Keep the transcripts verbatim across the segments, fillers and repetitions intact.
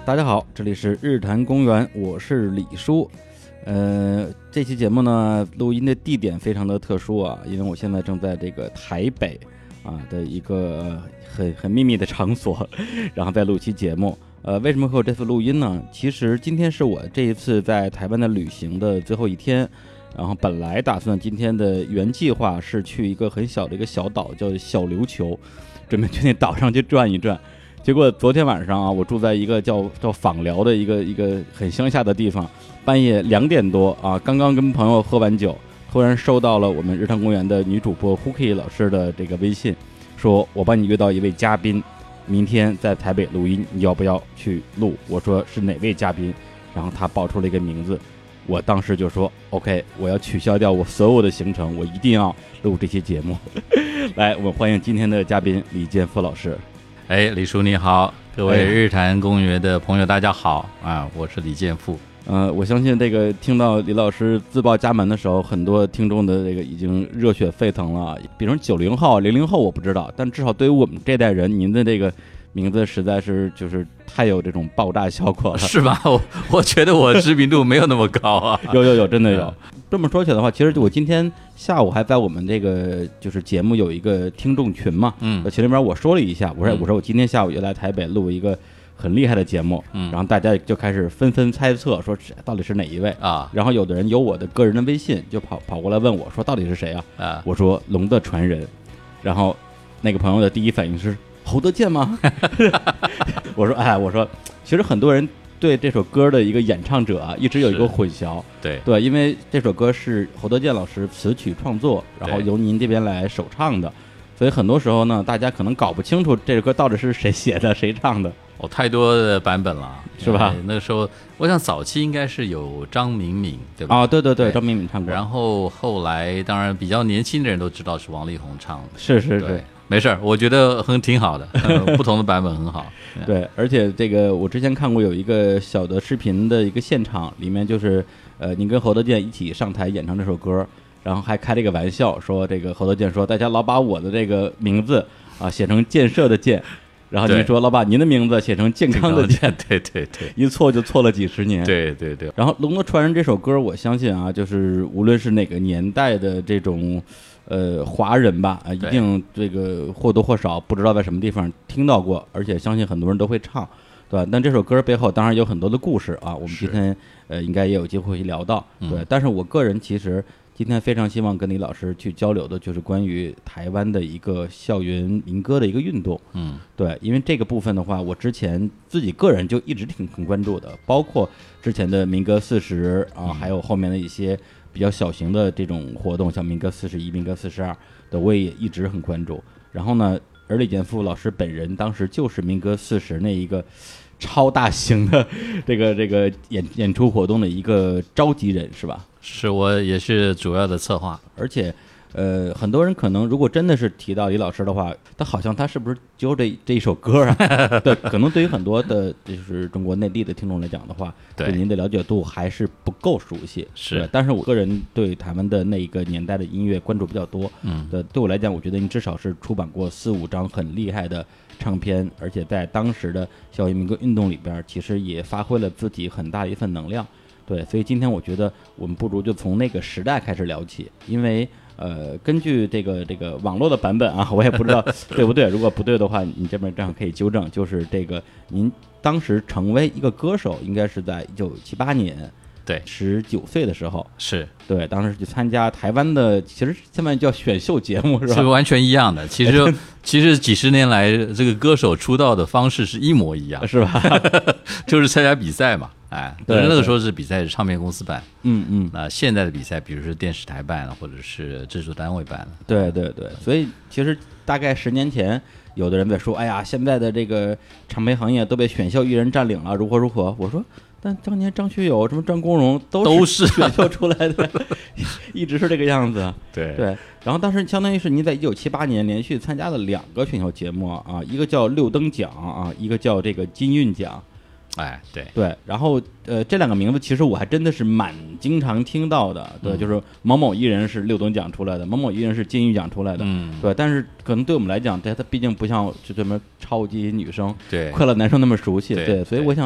大家好，这里是日坛公园，我是李叔。呃，这期节目呢，录音的地点非常的特殊啊，因为我现在正在这个台北啊的一个很很秘密的场所，然后再录期节目。呃，为什么会有这次录音呢？其实今天是我这一次在台湾的旅行的最后一天，然后本来打算今天的原计划是去一个很小的一个小岛，叫小琉球，准备去那岛上去转一转。结果昨天晚上啊，我住在一个叫叫枋寮的一个一个很乡下的地方，半夜两点多啊，刚刚跟朋友喝完酒，突然收到了我们日坛公园的女主播 Huki 老师的这个微信，说我帮你约到一位嘉宾，明天在台北录音，你要不要去录？我说是哪位嘉宾？然后他报出了一个名字，我当时就说 OK， 我要取消掉我所有的行程，我一定要录这期节目。来，我们欢迎今天的嘉宾李建富老师。 哎，李叔你好，各位日坛公园的朋友大家好啊，我是李建富。 呃，我相信这个听到李老师自报家门的时候，很多听众的这个已经热血沸腾了。比如九零后、零零后我不知道，但至少对于我们这代人，您的这个名字实在是就是太有这种爆炸效果了， 是吧？我我觉得我知名度没有那么高啊。 有有有，真的有。这么说起来的话，其实我今天下午还在我们这个就是节目有一个听众群嘛，嗯，群里边我说了一下，我说、嗯、我说我今天下午就来台北录一个很厉害的节目，嗯，然后大家就开始纷纷猜测说到底是哪一位啊？然后有的人有我的个人的微信，就跑跑过来问我说到底是谁啊？啊，我说龙的传人，然后那个朋友的第一反应是侯德健吗？我说哎，我说其实很多人对这首歌的一个演唱者啊，一直有一个混淆， 对对，因为这首歌是侯德健老师词曲创作，然后由您这边来首唱的，所以很多时候呢，大家可能搞不清楚这首歌到底是谁写的、谁唱的。 哦，太多的版本了， 是吧？ 那个时候，我想早期应该是有张敏敏，对吧？ 啊、哦，对对对，张敏敏唱过。 然后后来，当然比较年轻的人都知道是王力宏唱的， 是是是。 没事，我觉得很挺好的、呃，不同的版本很好。 对，而且这个我之前看过有一个小的视频的一个现场，里面就是呃，您跟侯德健一起上台演唱这首歌，然后还开了一个玩笑，说这个侯德健说大家老把我的这个名字啊写成建设的建，然后您说老把您的名字写成健康的健， 对对对， 一错就错了几十年。 对对对。 然后《龙的传人》这首歌，我相信啊，就是无论是哪个年代的这种。呃，华人吧，啊，一定这个或多或少不知道在什么地方听到过，而且相信很多人都会唱，对吧？但这首歌背后当然有很多的故事啊，我们今天呃应该也有机会聊到，对。嗯、但是我个人其实今天非常希望跟李老师去交流的，就是关于台湾的一个校园民歌的一个运动，嗯，对，因为这个部分的话，我之前自己个人就一直挺挺关注的，包括之前的民歌四十啊，还有后面的一些。比较小型的这种活动，像民歌四十一、民歌四十二的，我也一直很关注。然后呢，而李建富老师本人当时就是民歌四十那一个超大型的这个这个演演出活动的一个召集人，是吧？ 是，我也是主要的策划， 而且。呃，很多人可能如果真的是提到李老师的话，他好像他是不是就这这一首歌啊？对，可能对于很多的就是中国内地的听众来讲的话，对您的了解度还是不够熟悉。 是， 但是我个人对他们的那个年代的音乐关注比较多。嗯，对，对我来讲，我觉得您至少是出版过四五张很厉害的唱片，而且在当时的校园民歌运动里边，其实也发挥了自己很大的一份能量。对，所以今天我觉得我们不如就从那个时代开始聊起，因为。呃，根据这个这个网络的版本啊，我也不知道对不对。如果不对的话，你这边正好可以纠正。就是这个，您当时成为一个歌手，应该是在一九七八年， 对， 十九岁的时候， 是对，当时去参加台湾的，其实现在叫选秀节目，是吧？ 是完全一样的。其实其实几十年来，这个歌手出道的方式是一模一样， 是吧？ 就是参加比赛嘛。哎，但是那个时候是比赛是唱片公司办， 嗯嗯， 那现在的比赛，比如说电视台办了，或者是制作单位办了， 对对对，所以其实大概十年前，有的人在说，哎呀，现在的这个唱片行业都被选秀艺人占领了，如何如何？我说，但当年张学友、什么张国荣都是选秀出来的，一直是这个样子。 对对，然后当时相当于是您在一九七八年连续参加了两个选秀节目啊，一个叫六灯奖啊，一个叫这个金韵奖。 哎，对对，然后呃，这两个名字其实我还真的是蛮经常听到的，对，嗯、就是某某艺人是六等奖出来的，某某艺人是金韵奖出来的，嗯，对，但是可能对我们来讲，它它毕竟不像就这么超级女生、 对快乐男生那么熟悉， 对， 对，所以我想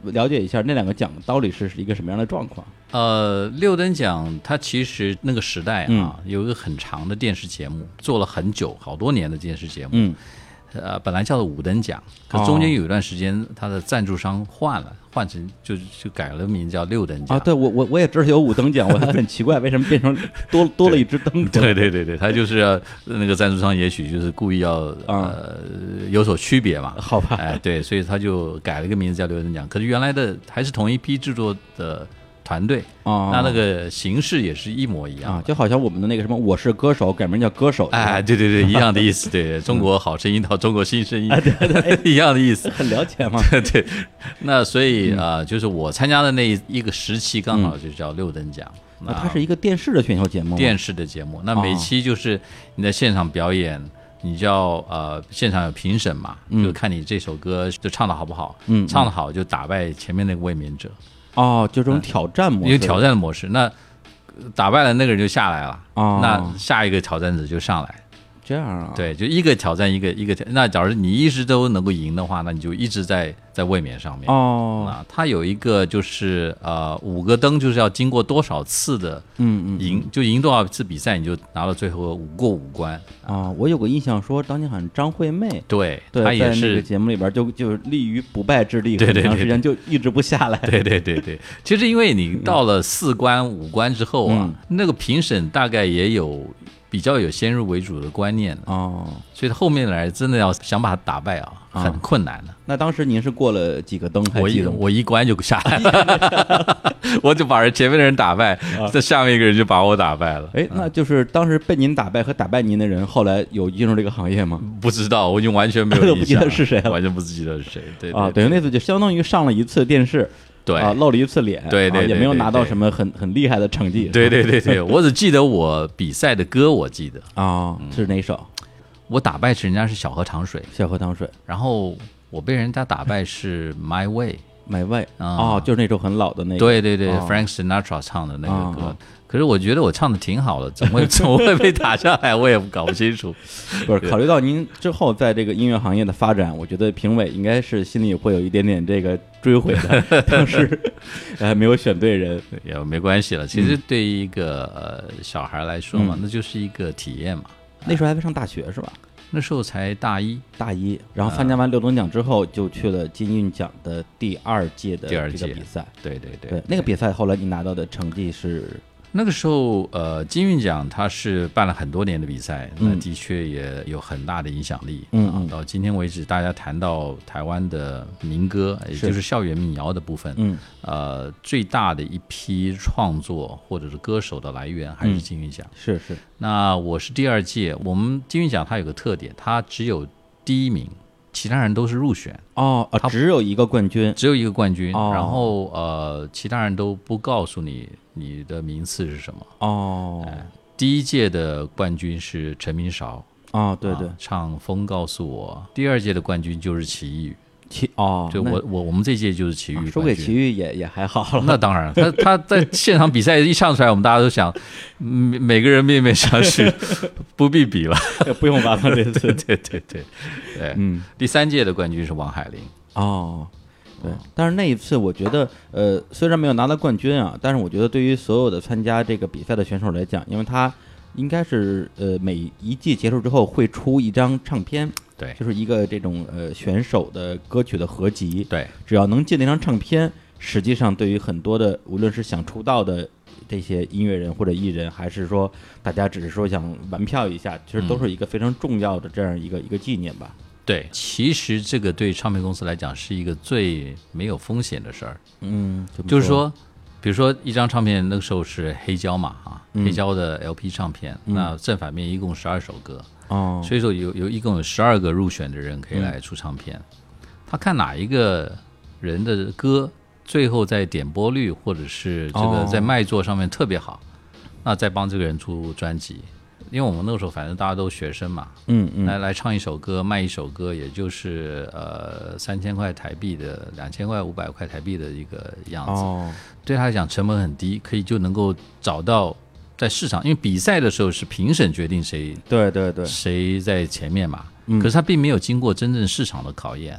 了解一下那两个奖到底是一个什么样的状况？ 呃，六等奖它其实那个时代啊， 嗯、 有一个很长的电视节目，做了很久好多年的电视节目。 嗯。 呃，本来叫做五等奖，可是中间有一段时间，它的赞助商换了，换成就就改了名叫六等奖啊。对，我我我也知道有五等奖，我还很奇怪为什么变成多多了一只灯。 对对对对，他就是要那个赞助商，也许就是故意要、嗯、呃有所区别嘛。 好吧， 哎，对，所以他就改了个名字叫六等奖。可是原来的还是同一批制作的团队， 哦、 那那个形式也是一模一样啊，就好像我们的那个什么《我是歌手》改名叫歌手， 哎，对对对，一样的意思。对，中国好声音到中国新声音， 哎、对对， 一样的意思， 很了解嘛。 对对，那所以啊、嗯呃，就是我参加的那一个时期，刚好就叫六等奖。 嗯、那它是一个电视的选秀节目， 电视的节目。那每期就是你在现场表演。哦，你就要呃，现场有评审嘛， 嗯、 就看你这首歌就唱得好不好， 嗯， 唱得好就打败前面那个卫冕者。 哦，就这种挑战模式， 有挑战的模式。那打败了那个人就下来了， 哦， 那下一个挑战者就上来。 这样啊？ 对，就一个挑战一个一个挑。那假如你一直都能够赢的话，那你就一直在在卫冕上面。 哦， 啊，它有一个就是呃五个灯，就是要经过多少次的嗯嗯赢，就赢多少次比赛，你就拿到最后五过五关。 啊，我有个印象说，当年好像张惠妹， 对， 对， 她也是在那个节目里边就就立于不败之地，很长时间就一直不下来。 对对对对，其实因为你到了四关五关之后啊， 嗯、 那个评审大概也有。比较有先入为主的观念哦， 所以后面来真的要想把它打败啊，很困难的。 哦、那当时您是过了几个灯？ 我一我一关就下来了，我就把人前面的人打败，这、啊、下面一个人就把我打败了。 哎，那就是当时被您打败和打败您的人，后来有进入这个行业吗？ 不知道，我已经完全没有印象， 不记得是谁了， 完全不记得是谁。对, 对, 对啊，等于那次就相当于上了一次电视。 对啊，露了一次脸， 对 对, 对, 对, 对, 对, 对， 也没有拿到什么很很厉害的成绩。 对对对对，我只记得我比赛的歌，我记得啊、哦嗯，是哪首？ 我打败是人家是小河淌水， 小河淌水， 然后我被人家打败是 My Way。My Way，、嗯、哦，就是那首很老的那个， 对对对、 哦、 ，Frank Sinatra 唱的那个歌。 哦、 可是我觉得我唱的挺好的，怎么会怎么会被打下来，我也搞不清楚。 不是，考虑到您之后在这个音乐行业的发展，我觉得评委应该是心里会有一点点这个追悔的，当时还没有选对人， 也没关系了。其实对于一个、嗯、呃小孩来说嘛、嗯，那就是一个体验嘛。 那时候还在上大学是吧？ 那时候才大一， 大一，然后参加完六等奖之后，就去了金韵奖的第二届的这个比赛。 对对 对, 对，那个比赛后来你拿到的成绩是？ 那个时候，呃，金韵奖它是办了很多年的比赛，那的确也有很大的影响力。 嗯嗯， 到今天为止，大家谈到台湾的民歌，也就是校园民谣的部分， 嗯， 呃，最大的一批创作或者是歌手的来源还是金韵奖。 嗯、是是。 那我是第二届，我们金韵奖它有个特点，它只有第一名。其他人都是入选哦，啊，只有一个冠军， 只有一个冠军， 哦、 然后呃，其他人都不告诉你你的名次是什么哦、 呃。第一届的冠军是陈明韶哦，对对， 啊、唱《风告诉我》。第二届的冠军就是齐豫。 齐哦， 就我我我们这届就是齐豫、啊， 输给齐豫也也还好了。 那当然，他他在现场比赛一唱出来，我们大家都想，每每个人面面相觑，不必比了， 不用完了这次。 对对对对对， 嗯， 第三届的冠军是王海玲。 哦，对，但是那一次我觉得，呃，虽然没有拿到冠军啊，但是我觉得对于所有的参加这个比赛的选手来讲，因为他应该是呃每一季结束之后会出一张唱片。 对， 就是一个这种呃选手的歌曲的合集。 对， 只要能进那张唱片，实际上对于很多的无论是想出道的这些音乐人或者艺人，还是说大家只是说想玩票一下，其实都是一个非常重要的这样一个、嗯、一个纪念吧。 对，其实这个对唱片公司来讲是一个最没有风险的事儿。 嗯， 就是说，比如说一张唱片那个时候是黑胶嘛啊、嗯，黑胶的 L P 唱片，嗯、那正反面一共十二首歌。 哦， 所以说有有一共有十二个入选的人可以来出唱片、嗯，他看哪一个人的歌最后在点播率或者是这个在卖座上面特别好，哦、那再帮这个人出专辑。因为我们那个时候反正大家都学生嘛， 嗯嗯， 来来唱一首歌卖一首歌，也就是呃三千块台币的两千块五百块台币的一个样子， 哦， 对他来讲成本很低，可以就能够找到。在市场，因为比赛的时候是评审决定谁， 对对对， 谁在前面嘛。 嗯、 可是他并没有经过真正市场的考验，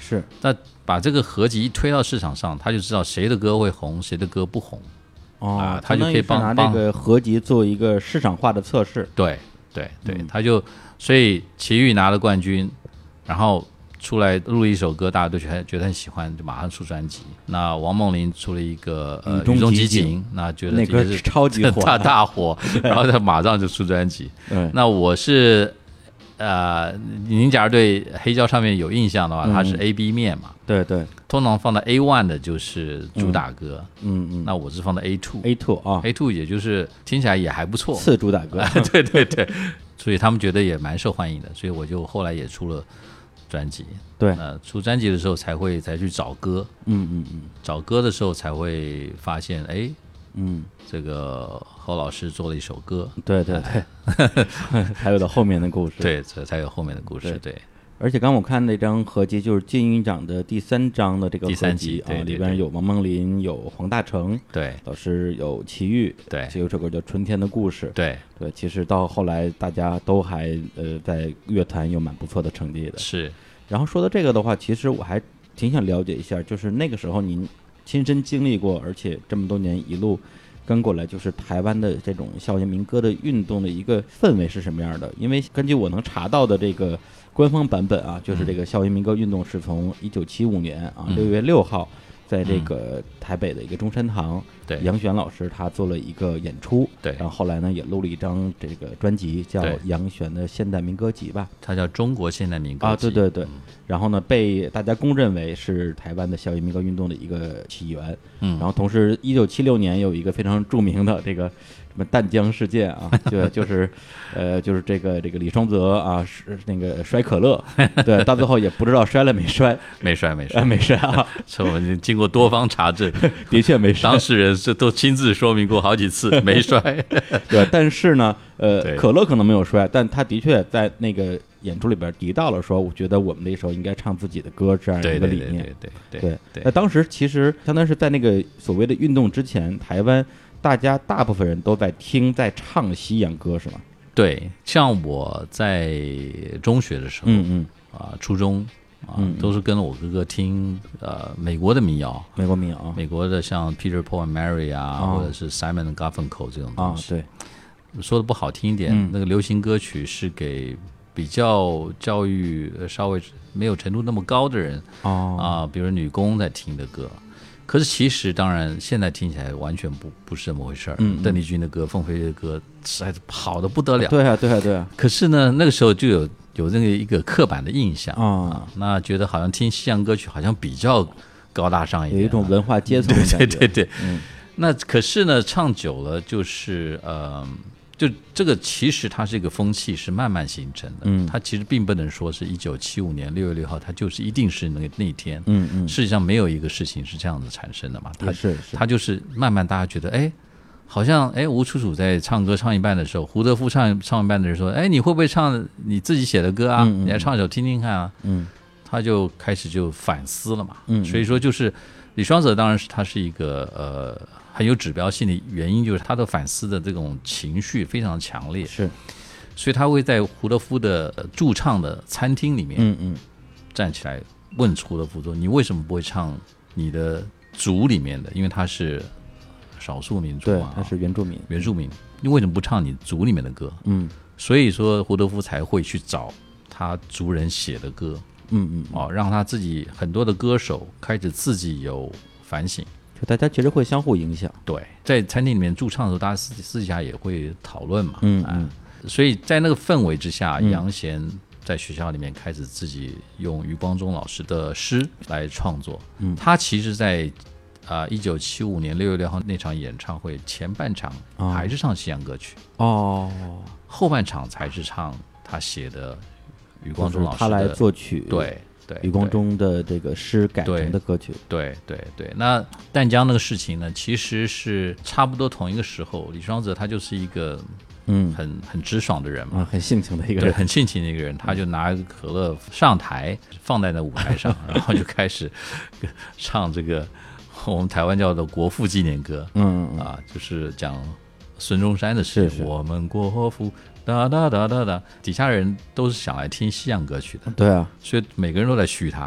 是， 那把这个合集一推到市场上，他就知道谁的歌会红，谁的歌不红。 哦， 啊，他就可以帮拿这个合集做一个市场化的测试。 对对对， 嗯、 他就所以齐豫拿了冠军，然后出来录了一首歌，大家都觉得觉得很喜欢，就马上出专辑。那王梦麟出了一个呃《雨中集锦》，那觉得那个是超级火， 大大火，然后他马上就出专辑。那我是。呃，您假如对黑胶唱片有印象的话，它是 A B 面嘛？ 对对， 通常放到 A one 的就是主打歌， 嗯嗯， 那我是放到 A two，A two 啊 ，A two 也就是听起来也还不错， 次主打歌， 对对对，所以他们觉得也蛮受欢迎的，所以我就后来也出了专辑。 对， 呃，出专辑的时候才会才去找歌， 嗯嗯嗯， 找歌的时候才会发现，哎。 嗯， 这个侯老师做了一首歌， 对对对，才有了后面的故事， 对，这才有后面的故事，对。 而且刚我看那张合集，就是金韵奖的第三张的这个合集啊， 里边有王梦麟，有黄大成， 对， 老师有齐豫， 对， 有首歌叫《春天的故事》， 对对。其实到后来，大家都还呃在乐坛有蛮不错的成绩的， 是。 然后说到这个的话，其实我还挺想了解一下，就是那个时候您亲身经历过，而且这么多年一路跟过来，就是台湾的这种校园民歌的运动的一个氛围是什么样的？因为根据我能查到的这个官方版本啊，就是这个校园民歌运动是从一九七五年啊六月六号，在这个台北的一个中山堂， 对， 杨璇老师他做了一个演出， 对， 然后后来呢也录了一张这个专辑，叫杨璇的现代民歌集吧， 它叫中国现代民歌集啊，对对对，嗯、然后呢被大家公认为是台湾的校园民歌运动的一个起源， 嗯， 然后同时一九七六年有一个非常著名的这个什么淡江事件啊，对，就是呃就是这个这个李双泽啊是那个摔可乐，对，到最后也不知道摔了没摔， 没摔没摔、 呃、没摔啊， 这我们经过多方查证， 的确没摔， 当事人是都亲自说明过好几次没摔， 对，但是呢，呃，可乐可能没有摔，但他的确在那个演出里边提到了说，我觉得我们那时候应该唱自己的歌这样一个理念， 对对对对对。那当时其实相当于是在那个所谓的运动之前，台湾大家大部分人都在听在唱西洋歌，是吗？ 对，像我在中学的时候， 嗯嗯啊、呃，初中。啊， 嗯、 都是跟着我哥哥听呃美国的民谣， 美国民谣， 美国的像 Peter Paul and Mary 啊， 哦、 或者是 Simon and Garfunkel 这种东西。 啊，对， 说的不好听一点， 嗯、 那个流行歌曲是给比较教育稍微没有程度那么高的人哦啊，比如女工在听的歌。可是其实当然现在听起来完全不不是这么回事儿。 嗯， 邓丽君的歌、凤飞飞的歌实在是好的不得了。 对啊，对啊，对啊。 可是呢，那个时候就有。有这个一个刻板的印象、 哦、 啊，那觉得好像听西洋歌曲好像比较高大上一点、啊， 有一种文化阶层的感觉。 对对对对， 嗯。 那可是呢，唱久了就是呃，就这个其实它是一个风气，是慢慢形成的。 嗯。 它其实并不能说是一九七五年六月六号，它就是一定是那个那一天。 嗯嗯。 实际上没有一个事情是这样子产生的嘛。它是是。 它就是慢慢大家觉得哎。好像哎，吴楚楚在唱歌唱一半的时候，胡德夫唱唱一半的人说：“哎，你会不会唱你自己写的歌啊？ 嗯嗯、 你来唱一首听听看啊。” 嗯， 他就开始就反思了嘛。 嗯， 所以说就是李双泽，当然是他是一个呃很有指标性的原因，就是他的反思的这种情绪非常强烈。 是， 所以他会在胡德夫的驻唱的餐厅里面， 嗯嗯， 站起来问胡德夫说：“你为什么不会唱你的族里面的？因为他是。”少数民族嘛， 对，他是原住民， 原住民，你为什么不唱你族里面的歌？ 嗯， 所以说胡德夫才会去找他族人写的歌， 嗯嗯， 哦，让他自己很多的歌手开始自己有反省， 就大家其实会相互影响。 对，在餐厅里面驻唱的时候，大家私私底下也会讨论嘛， 嗯嗯、 啊，所以在那个氛围之下，嗯、杨贤在学校里面开始自己用余光中老师的诗来创作， 嗯， 他其实在。啊！一九七五年六月六号那场演唱会前半场还是唱西洋歌曲哦， 后半场才是唱他写的余光中老师的， 他来作曲， 对对， 余光中的这个诗改成的歌曲， 对对 对, 对。那淡江那个事情呢，其实是差不多同一个时候，李双泽他就是一个嗯很很直爽的人嘛， 嗯、很性情的一个人， 很性情的一个人，他就拿一个可乐上台放在那舞台上，然后就开始唱这个。我们台湾叫做国父纪念歌， 嗯嗯啊，就是讲孙中山的事情。我们国父哒哒哒哒哒，底下人都是想来听西洋歌曲的， 对啊， 所以每个人都在嘘他，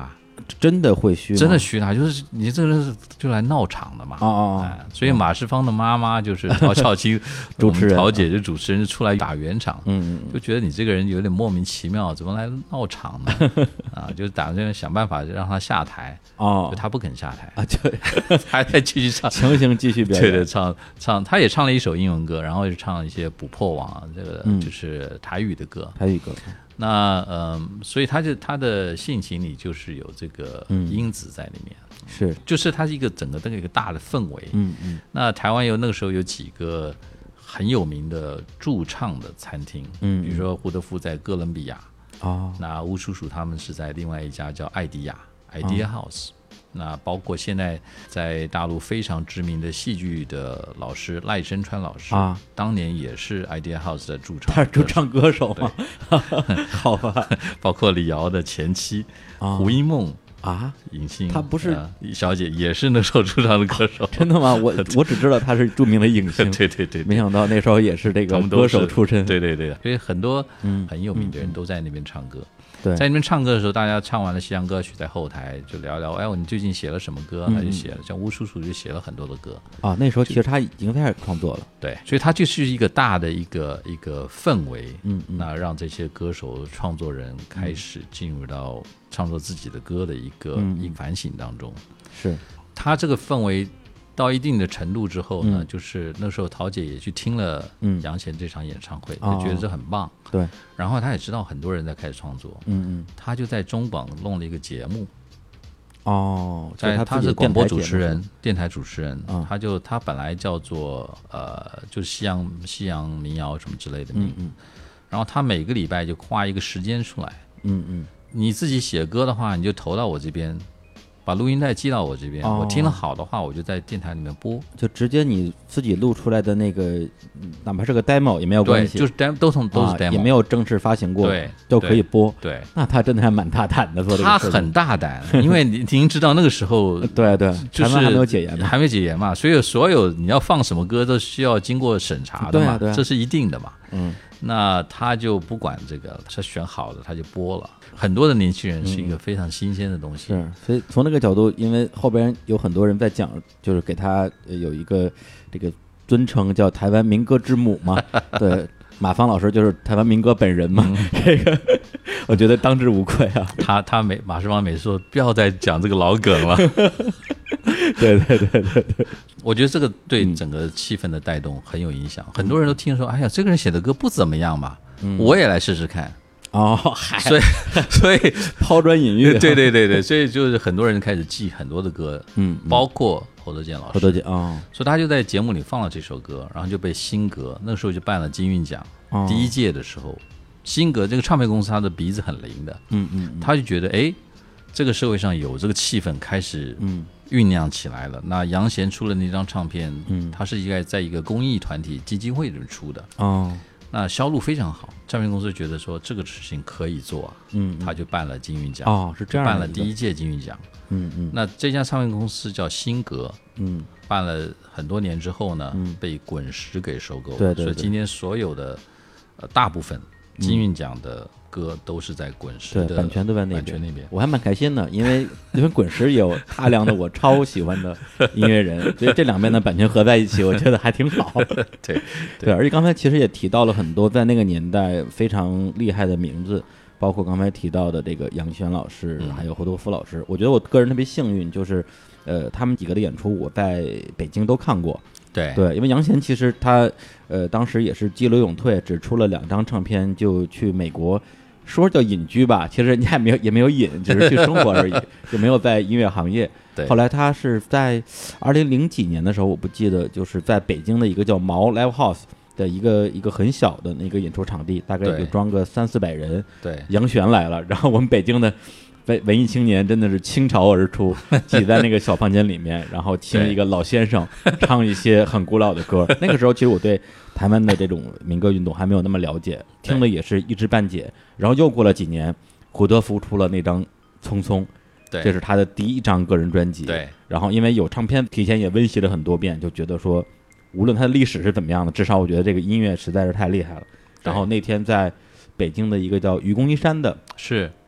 真的会虚吗？ 真的虚他，就是你这个人就来闹场的嘛。 哦哦、 哎，所以马世芳的妈妈就是陶巧清主持人， 陶姐就主持人就出来打圆场， 嗯， 就觉得你这个人有点莫名其妙，怎么来闹场呢？啊，就打算想办法让他下台。 哦， 他不肯下台啊，对， 还在继续唱， 强行继续表演。 对对，唱唱，他也唱了一首英文歌，然后就唱了一些捕破网这个、嗯、就是台语的歌， 台语歌。 那嗯、呃，所以他就他的性情里就是有这个因子在里面， 嗯、是， 就是他是一个整个的一个大的氛围。 嗯嗯。 那台湾有那个时候有几个很有名的驻唱的餐厅， 嗯， 比如说胡德夫在哥伦比亚， 哦， 那吴叔叔他们是在另外一家叫艾迪亚 Idea House。哦，那包括现在在大陆非常知名的戏剧的老师赖声川老师啊， 当年也是 Idea House 的驻唱， 他是驻唱歌手吗？好吧， 包括李瑶的前妻、啊、胡因梦啊， 影星， 他不是、 呃、小姐，也是那时候驻唱的歌手。 啊、真的吗？我我只知道他是著名的影星， 对对 对, 对， 没想到那时候也是这个歌手出身。 对对对，所以很多很有名的人都在那边唱歌。 嗯对， 在那边唱歌的时候，大家唱完了西洋歌曲，在后台就聊聊，哎，你最近写了什么歌？他就写了，像吴叔叔就写了很多的歌啊。那时候其实他已经开始创作了， 对，所以他就是一个大的一个一个氛围， 嗯, 嗯， 那让这些歌手创作人开始进入到创作自己的歌的一个、 嗯、 一个反省当中。 是， 他这个氛围到一定的程度之后呢， 嗯、 就是那时候陶姐也去听了杨贤这场演唱会， 嗯、 就觉得这很棒。 对， 然后他也知道很多人在开始创作， 嗯嗯， 他就在中广弄了一个节目。 哦， 在他是广播主持人，电台主持人， 嗯、 他就他本来叫做呃，就是西洋西洋民谣什么之类的名， 嗯嗯， 然后他每个礼拜就花一个时间出来， 嗯嗯， 你自己写歌的话，你就投到我这边。把录音带寄到我这边、哦，我听了好的话，我就在电台里面播， 就直接你自己录出来的那个，哪怕是个 demo 也没有关系， 对，就是 demo 都从都是 demo，、啊、 也没有正式发行过， 对， 都可以播。 对， 那他真的还蛮大胆的做这个事。 他很大胆，因为你您知道那个时候， 对对， 就是还没有解严嘛， 还没解严嘛，所以所有你要放什么歌都需要经过审查的嘛， 对啊对啊， 这是一定的嘛。 嗯， 那他就不管这个，他选好了他就播了。很多的年轻人是一个非常新鲜的东西， 嗯、是，所以从那个角度，因为后边有很多人在讲，就是给他有一个这个尊称叫台湾民歌之母嘛，对，马芳老师就是台湾民歌本人嘛，嗯、这个我觉得当之无愧啊。 他他每马世芳每次说不要再讲这个老梗了， 对对对对对， 我觉得这个对整个气氛的带动很有影响，嗯、很多人都听说，哎呀，这个人写的歌不怎么样嘛，嗯、我也来试试看。 哦， 所以所以抛砖引玉， 对对对对，所以就是很多人开始记很多的歌， 嗯， 包括侯德健老师， 侯德健啊、哦， 所以他就在节目里放了这首歌，然后就被新格那个时候就办了金韵奖、 哦， 第一届的时候，新格这个唱片公司他的鼻子很灵的， 嗯嗯， 他就觉得哎，这个社会上有这个气氛开始嗯酝酿起来了。嗯、那杨贤出了那张唱片， 嗯， 他是一个在一个公益团体基金会里出的， 哦。 那销路非常好，唱片公司觉得说这个事情可以做啊， 嗯， 他就办了金韵奖， 哦，是这样的， 办了第一届金韵奖， 嗯嗯。 那这家唱片公司叫新格， 嗯， 办了很多年之后呢， 嗯、 被滚石给收购了， 对对对， 所以今天所有的呃大部分金韵奖的歌都是在滚石的、 嗯、版权都在那边， 版权那边， 我还蛮开心的，因为因为滚石也有大量的我超喜欢的音乐人，所以这两边的版权合在一起，我觉得还挺好。 对 对, 对，而且刚才其实也提到了很多在那个年代非常厉害的名字，包括刚才提到的这个杨轩老师， 嗯、 还有侯德夫老师。我觉得我个人特别幸运，就是呃，他们几个的演出我在北京都看过。 对对，因为杨贤其实他呃当时也是激流勇退，只出了两张唱片就去美国。说叫隐居吧，其实人家也没有也没有隐，只是去生活而已，就没有在音乐行业。 对， 后来他是在二零零几年的时候，我不记得，就是在北京的一个叫毛 Live House 的一个一个很小的那个演出场地，大概就装个三四百人。 对， 杨璇来了，然后我们北京的文文艺青年真的是倾巢而出，挤在那个小房间里面，然后听一个老先生唱一些很古老的歌。那个时候其实我对台湾的这种民歌运动还没有那么了解，听的也是一知半解。然后又过了几年，胡德夫出了那张《匆匆》， 对， 这是他的第一张个人专辑。 对， 然后因为有唱片，提前也温习了很多遍，就觉得说，无论它的历史是怎么样的，至少我觉得这个音乐实在是太厉害了。然后那天在北京的一个叫愚公移山的是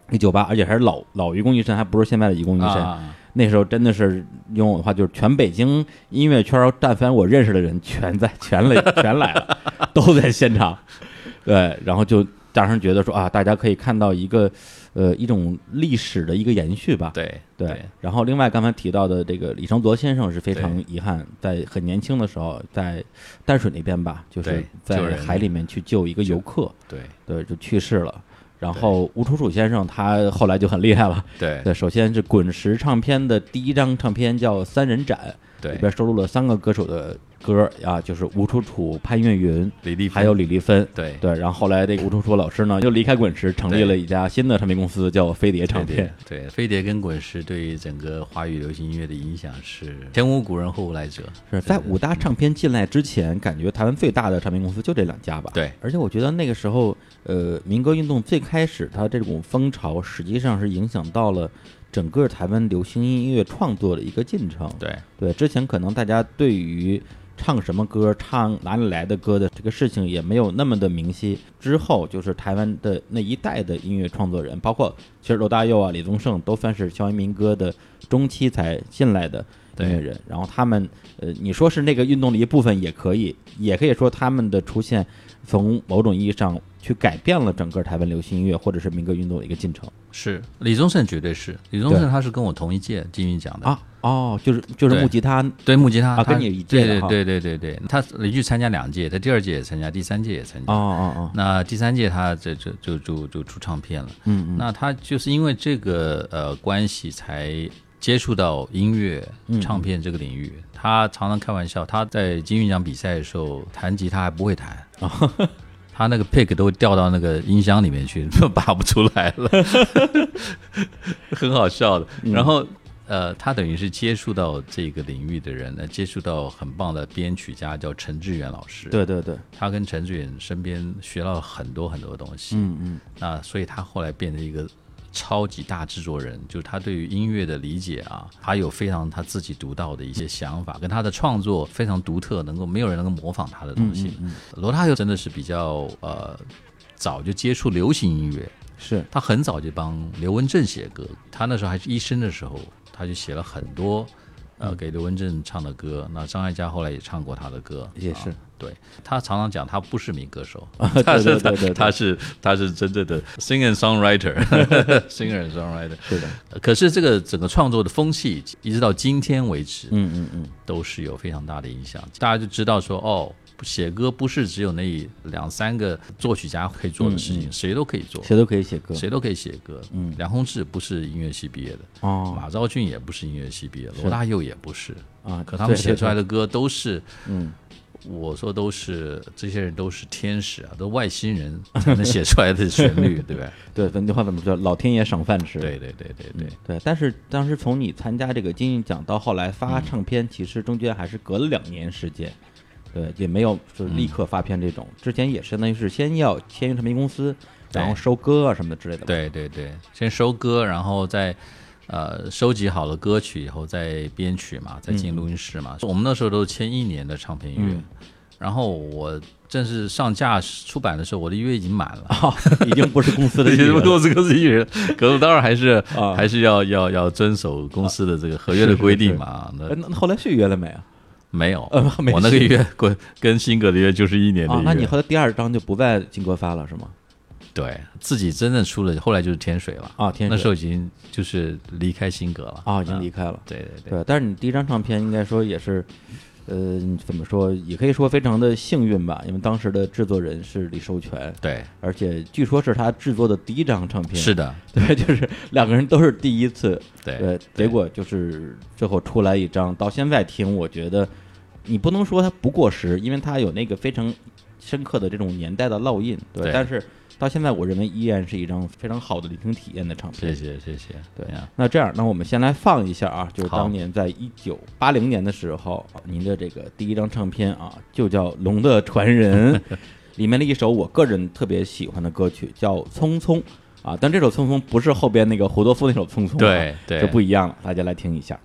一九八，而且还是老老愚公移山，还不是现在的愚公移山。 啊， 那时候真的是用我的话，就是全北京音乐圈，但凡我认识的人，全在全来全来了，都在现场。对，然后就让人觉得说啊，大家可以看到一个呃一种历史的一个延续吧。 对对。 对然后另外刚才提到的这个李成铎先生是非常遗憾，在很年轻的时候，在淡水那边吧，就是对救人在海里面去救一个游客， 对对，就去世了。然后吴楚楚先生他后来就很厉害了， 对对，首先是滚石唱片的第一张唱片叫《三人展》， 对里边收录了三个歌手的歌啊，就是吴楚楚、潘越云、 李丽芬还有李丽芬。 对对，然后后来这个吴楚楚老师呢，又离开滚石，成立了一家新的唱片公司，叫飞碟唱片。 对，对飞碟跟滚石对于整个华语流行音乐的影响是前无古人后无来者。 是在五大唱片进来之前，感觉台湾最大的唱片公司就这两家吧。 对， 而且我觉得那个时候，呃，民歌运动最开始它这种风潮，实际上是影响到了整个台湾流行音乐创作的一个进程。 对对，之前可能大家对于唱什么歌、唱哪里来的歌的这个事情也没有那么的明晰。之后就是台湾的那一代的音乐创作人，包括其实罗大佑啊、李宗盛都算是校园民歌的中期才进来的音乐人。然后他们，呃，你说是那个运动的一部分也可以，也可以说他们的出现从某种意义上去改变了整个台湾流行音乐或者是民歌运动的一个进程。 是李宗盛绝对是李宗盛，他是跟我同一届金韵奖的啊。哦，就是就是木吉他， 对木吉他， 啊，跟你一届的， 对对对对对，他连续参加两届，他第二届也参加，第三届也参加。 哦哦哦， 那第三届他这这就就就出唱片了。 嗯嗯， 那他就是因为这个呃关系才接触到音乐唱片这个领域。嗯、他常常开玩笑，他在金韵奖比赛的时候弹吉他还不会弹。哦他那个 pick 都掉到那个音箱里面去，拔不出来了，很好笑的。然后，呃，他等于是接触到这个领域的人呢，接触到很棒的编曲家，叫陈志远老师。 对对对， 他跟陈志远身边学到很多很多东西。 嗯嗯， 那所以他后来变成一个超级大制作人，就是他对于音乐的理解啊，他有非常他自己独到的一些想法，跟他的创作非常独特，能够没有人能够模仿他的东西。 嗯嗯嗯、罗大佑真的是比较呃早就接触流行音乐， 是他很早就帮刘文正写歌，他那时候还是医生的时候，他就写了很多呃给刘文正唱的歌。那张艾嘉后来也唱过他的歌， 也是。 啊对，他常常讲他不是民歌手， 啊、 他是对对对对他是他是真正的 singer and songwriter，singer and songwriter。 是的， 可是这个整个创作的风气，一直到今天为止， 嗯嗯嗯， 都是有非常大的影响。大家就知道说，哦，写歌不是只有那两三个作曲家可以做的事情，嗯嗯谁都可以做， 谁都可以写歌， 谁都可以写歌。 嗯， 梁鸿志不是音乐系毕业的， 哦， 马昭俊也不是音乐系毕业的，罗大佑也不是啊， 可他们写出来的歌都是， 嗯。 我说都是这些人都是天使啊，都外星人才能写出来的旋律，对不对？ 对，那句话怎么说？老天爷赏饭吃。 对对对对对、 嗯、对。但是当时从你参加这个金韵奖到后来发唱片，嗯、其实中间还是隔了两年时间。对，也没有就立刻发片这种，嗯、之前也相当于是先要签约唱片公司，然后收歌啊什么的之类的。 对对对，先收歌，然后再。呃，收集好了歌曲以后再编曲嘛，再进录音室嘛。嗯、我们那时候都签一年的唱片约，嗯、然后我正式上架出版的时候，我的约已经满了， 哦、已经不是公司的约了， 公司公司艺人，可是当然还是、啊、还是要要要遵守公司的这个合约的规定嘛。 啊、 那那后来续约了没啊？ 没有， 呃、没我那个约跟跟新歌的约就是一年的约。 啊、那你后来第二张就不在新歌发了是吗？ 对自己真正出了，后来就是天水了啊，天水那时候已经就是离开新歌了啊，已经离开了。 嗯、对对对, 对，但是你第一张唱片应该说也是，呃，怎么说也可以说非常的幸运吧，因为当时的制作人是李寿全， 对， 而且据说是他制作的第一张唱片。 是的， 对，就是两个人都是第一次， 对， 对结果就是最后出来一张，到现在听，我觉得你不能说它不过时，因为它有那个非常深刻的这种年代的烙印，对， 对但是。到现在，我认为依然是一张非常好的聆听体验的唱片。 谢谢，谢谢。 对呀，那这样，那我们先来放一下啊，就是当年在一九八零年的时候，您的这个第一张唱片啊，就叫《龙的传人》，里面的一首我个人特别喜欢的歌曲叫《匆匆》啊，但这首《匆匆》不是后边那个胡多夫那首《匆匆》， 对对， 这不一样了，大家来听一下。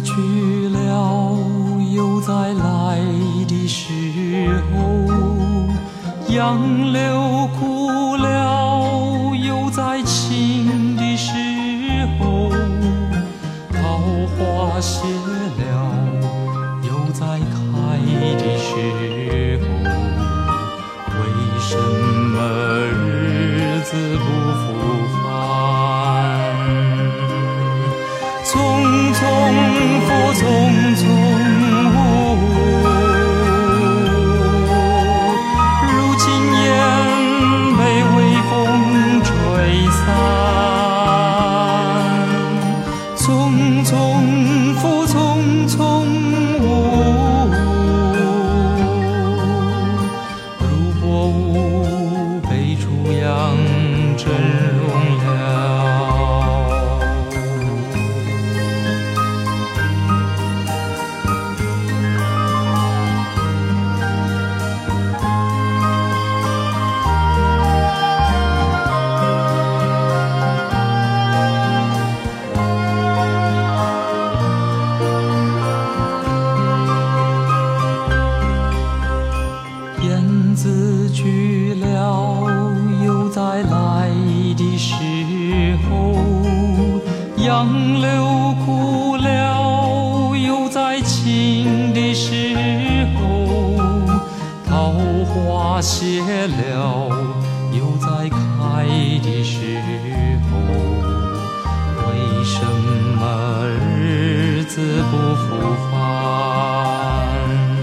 去了，又再来的时候，杨柳枯了，又再青的时候，桃花谢了，又再开的时候，为什么日子不复返？匆匆复匆匆，如今烟被微风吹散。匆匆复匆匆，如薄雾被初阳真容了。燕子去了，又再来的时候，杨柳枯了，又再青的时候，桃花谢了，又再开的时候，为什么日子不复返？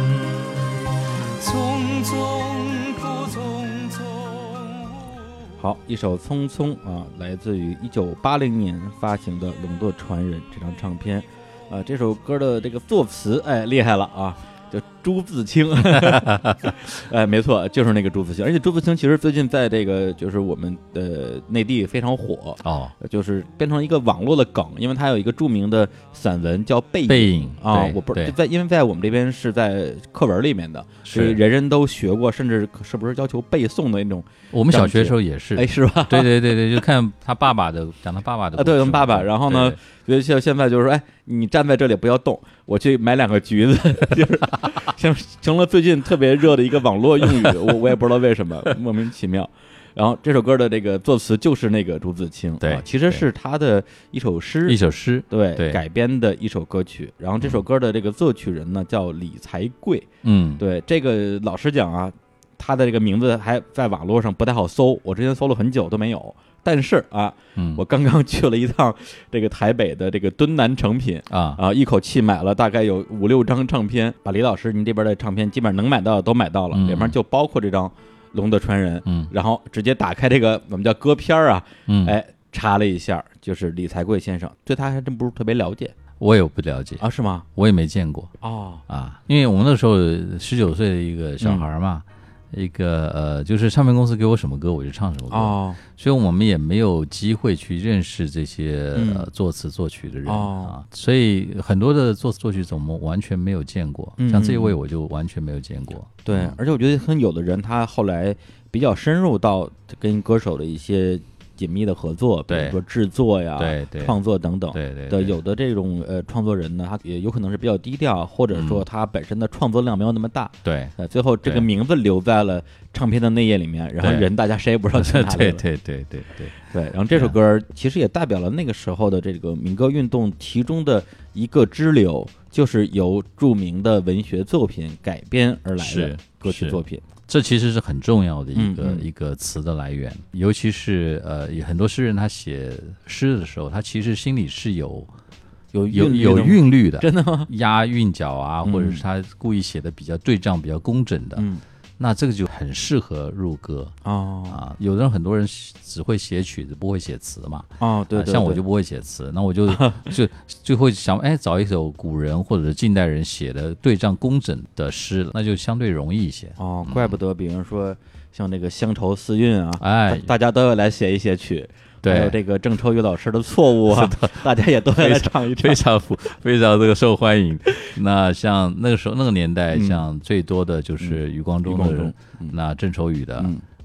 匆匆复匆匆。 好，一首《匆匆》啊，来自于一九八零年发行的《龙的传人》这张唱片。啊，这首歌的这个作词，哎，厉害了啊！叫朱自清，哎，没错，就是那个朱自清。而且朱自清其实最近在这个就是我们的内地非常火哦， 就是变成一个网络的梗，因为他有一个著名的散文叫《背影》 背影啊，我不是在，因为在我们这边是在课文里面的，所以人人都学过，甚至是不是要求背诵的那种。 我们小学的时候也是， 哎，是吧？ 对对对对，就看他爸爸的，讲他爸爸的啊，对，我们爸爸。然后呢，觉得像现在就是说，哎，你站在这里不要动，我去买两个橘子，就是像成了最近特别热的一个网络用语，我我也不知道为什么，莫名其妙。然后这首歌的这个作词就是那个朱自清， 对、 啊，其实是他的一首诗， 一首诗， 对， 对改编的一首歌曲。然后这首歌的这个作曲人呢叫李才贵， 嗯， 对，这个老实讲啊，他的这个名字还在网络上不太好搜，我之前搜了很久都没有。但是啊、嗯，我刚刚去了一趟这个台北的这个敦南诚品啊啊，一口气买了大概有五六张唱片，把李老师您这边的唱片基本上能买到的都买到了，嗯、里面就包括这张《龙的传人》， 嗯， 然后直接打开这个我们叫歌片啊， 嗯， 哎，查了一下，就是李才贵先生，对他还真不是特别了解。 我也不了解啊，是吗？ 我也没见过哦啊，因为我们那时候十九岁的一个小孩嘛。嗯一个呃，就是唱片公司给我什么歌我就唱什么歌，哦，所以我们也没有机会去认识这些、嗯、呃作词作曲的人、哦、啊，所以很多的作词作曲我们完全没有见过，嗯、像这一位我就完全没有见过。 对、嗯，而且我觉得很有的人他后来比较深入到跟歌手的一些紧密的合作，比如说制作呀、 对对创作等等， 对对的有的这种呃创作人呢，他也有可能是比较低调，或者说他本身的创作量没有那么大， 对， 呃，最后这个名字留在了唱片的内页里面，然后人大家谁也不知道去哪里了， 对对对对对对。然后这首歌其实也代表了那个时候的这个民歌运动其中的一个支流，就是由著名的文学作品改编而来的歌曲作品。 这其实是很重要的一个、 嗯嗯、 一个词的来源，尤其是呃，很多诗人他写诗的时候，他其实心里是有有有有韵律的， 真的吗？ 押韵脚啊，或者是他故意写的比较对仗、比较工整的， 嗯， 那这个就很适合入歌哦啊。有的人很多人只会写曲子，不会写词嘛， 哦，对 对, 对、 啊，像我就不会写词，那我就就就会想，哎，找一首古人或者是近代人写的对仗工整的诗，那就相对容易一些。 哦，怪不得，比如说像这个乡愁四韵啊， 哎， 大家都要来写一写曲。 对， 还有这个郑愁予老师的错误啊，大家也都要来唱一唱， 非常非常这个受欢迎。那像那个时候那个年代，嗯、像最多的就是余光中的，嗯、那郑愁予的，嗯、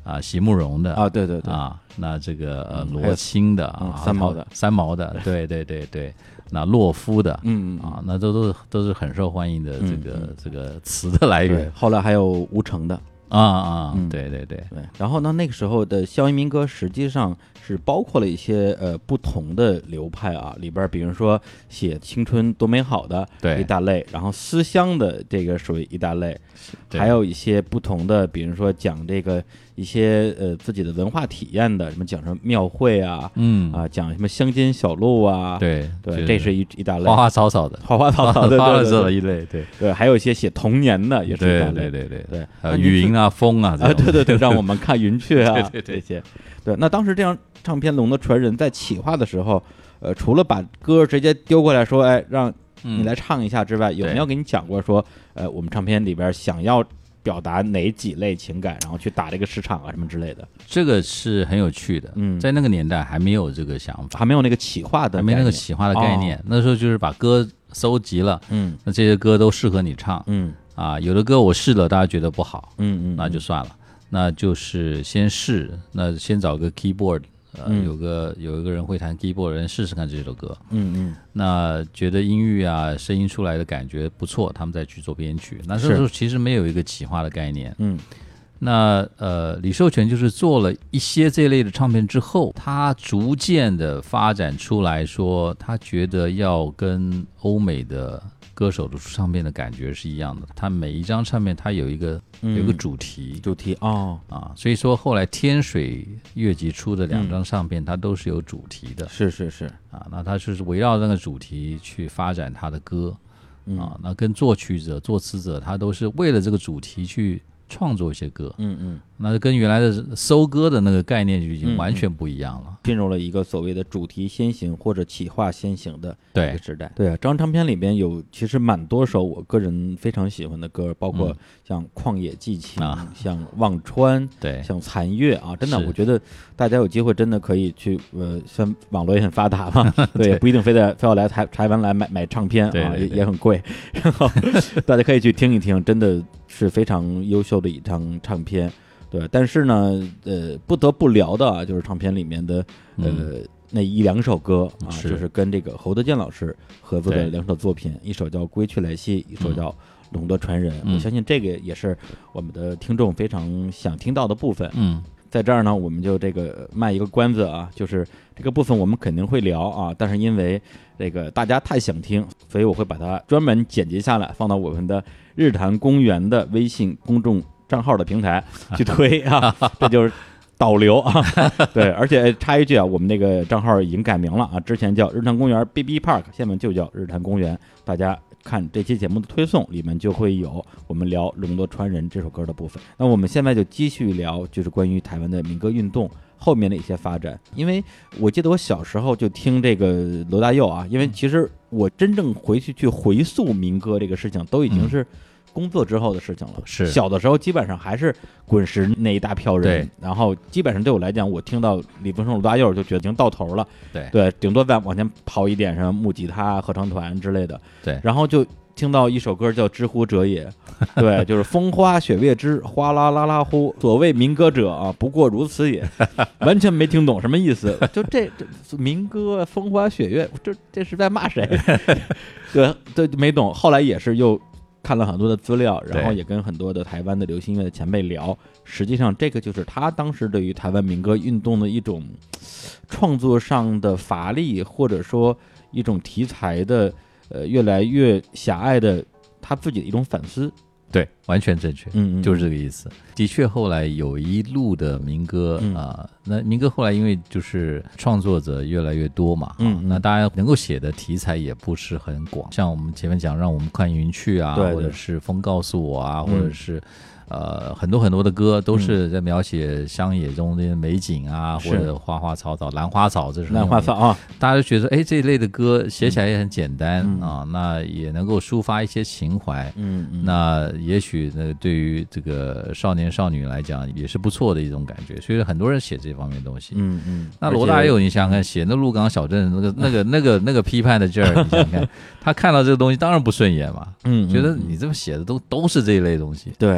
啊，席慕容的啊，对对对啊，那这个呃嗯罗青的啊， 三毛的三毛的，对对对对，那洛夫的， 嗯啊，那都都都是很受欢迎的这个、 嗯、 这个词的来源。 后来还有吴承的。 啊啊、 嗯， 对对对对。然后呢，那个时候的校园民歌实际上是包括了一些呃不同的流派啊，里边比如说写青春多美好的一大类，然后思乡的这个属于一大类，还有一些不同的，比如说讲这个一些呃自己的文化体验的，什么讲什么庙会啊， 嗯啊讲什么乡间小路啊， 对对，这是一一大类， 花花草草的， 花花草草的， 花花草草的一类，对对，还有一些写童年的也是一大类， 对对对对对， 还有云啊风啊啊，对对对，让我们看云雀啊， 对对对这些，对。那当时这样唱片《龙的传人》在企划的时候，呃，除了把歌直接丢过来说，哎，让你来唱一下之外， 嗯、 有没有给你讲过说，呃，我们唱片里边想要表达哪几类情感，然后去打这个市场啊什么之类的？ 这个是很有趣的， 嗯， 在那个年代还没有这个想法， 还没有那个企划的， 还没那个企划的概念，哦、那时候就是把歌搜集了， 嗯， 那这些歌都适合你唱， 嗯。 啊，有的歌我试了，大家觉得不好， 嗯 嗯, 嗯， 那就算了，那就是先试，那先找个 keyboard， 呃， 嗯、 有个有一个人会弹 keyboard 的人试试看这首歌， 嗯嗯， 那觉得音域啊，声音出来的感觉不错，他们再去做编曲。那这时候其实没有一个企划的概念， 嗯， 那呃，李寿全就是做了一些这类的唱片之后，他逐渐的发展出来说，他觉得要跟欧美的歌手的出唱片的感觉是一样的，他每一张唱片他有一个、嗯、有一个主题， 主题哦啊，所以说后来天水乐集出的两张唱片，嗯、它都是有主题的， 是是是啊，那他就是围绕那个主题去发展他的歌， 嗯、 啊，那跟作曲者、作词者他都是为了这个主题去创作一些歌， 嗯嗯， 那跟原来的收歌的那个概念就已经完全不一样了， 嗯、进入了一个所谓的主题先行或者企划先行的一个时代。 对， 对啊，这张唱片里边有其实蛮多首我个人非常喜欢的歌，包括像《旷野寄情》嗯，像《忘川》， 对， 像《残月》啊，真的，我觉得大家有机会真的可以去，呃，像网络也很发达嘛，对，也不一定非得非要来台台湾来买买唱片啊， 对对对也也很贵，然后大家可以去听一听，真的是非常优秀的一张唱片。对，但是呢，呃，不得不聊的啊，就是唱片里面的呃、嗯、那一两首歌啊， 是就是跟这个侯德健老师合作的两首作品，一首叫《归去来兮》，一首叫《龙的传人》。 嗯、 我相信这个也是我们的听众非常想听到的部分。 嗯， 在这儿呢，我们就这个卖一个关子啊，就是这个部分我们肯定会聊啊，但是因为这个大家太想听，所以我会把它专门剪辑下来，放到我们的日坛公园的微信公众账号的平台去推啊，这就是导流啊。对，而且插一句啊，我们那个账号已经改名了啊，之前叫日坛公园 B B Park， 现在就叫日坛公园。大家看这期节目的推送里面就会有我们聊《龙的传人》这首歌的部分。那我们现在就继续聊，就是关于台湾的民歌运动后面的一些发展。因为我记得我小时候就听这个罗大佑啊，因为其实我真正回去去回溯民歌这个事情，都已经是工作之后的事情了。 是小的时候基本上还是滚石那一大票人，然后基本上对我来讲，我听到李宗盛、罗大佑就觉得已经到头了。 对对，顶多再往前跑一点，什么木吉他、合唱团之类的。 对， 然后就听到一首歌叫《知乎者也》，对，就是风花雪月之哗啦啦啦呼，所谓民歌者啊，不过如此也，完全没听懂什么意思。就这这民歌风花雪月，这这是在骂谁？对对，没懂。后来也是又看了很多的资料，然后也跟很多的台湾的流行音乐的前辈聊，实际上这个就是他当时对于台湾民歌运动的一种创作上的乏力，或者说一种题材的呃越来越狭隘的他自己的一种反思。 对，完全正确， 嗯, 嗯， 就是这个意思。的确，后来有一路的民歌啊、 嗯呃，那民歌后来因为就是创作者越来越多嘛， 嗯, 嗯， 那大家能够写的题材也不是很广，像我们前面讲，让我们看云去啊， 对对， 或者是风告诉我啊， 嗯、 或者是。呃，很多很多的歌都是在描写乡野中的美景啊， 嗯、 或者花花草草、兰花草，这是兰花草啊， 大家就觉得哎，这一类的歌写起来也很简单、 嗯、 啊，那也能够抒发一些情怀， 嗯嗯， 那也许呢，对于这个少年少女来讲也是不错的一种感觉，所以很多人写这方面的东西， 嗯嗯。 那罗大佑，你想想看，写那鹿港小镇那个那个那个那个批判的劲儿，你想想看，他看到这个东西当然不顺眼嘛， 嗯， 觉得你这么写的都都是这一类东西， 对，有完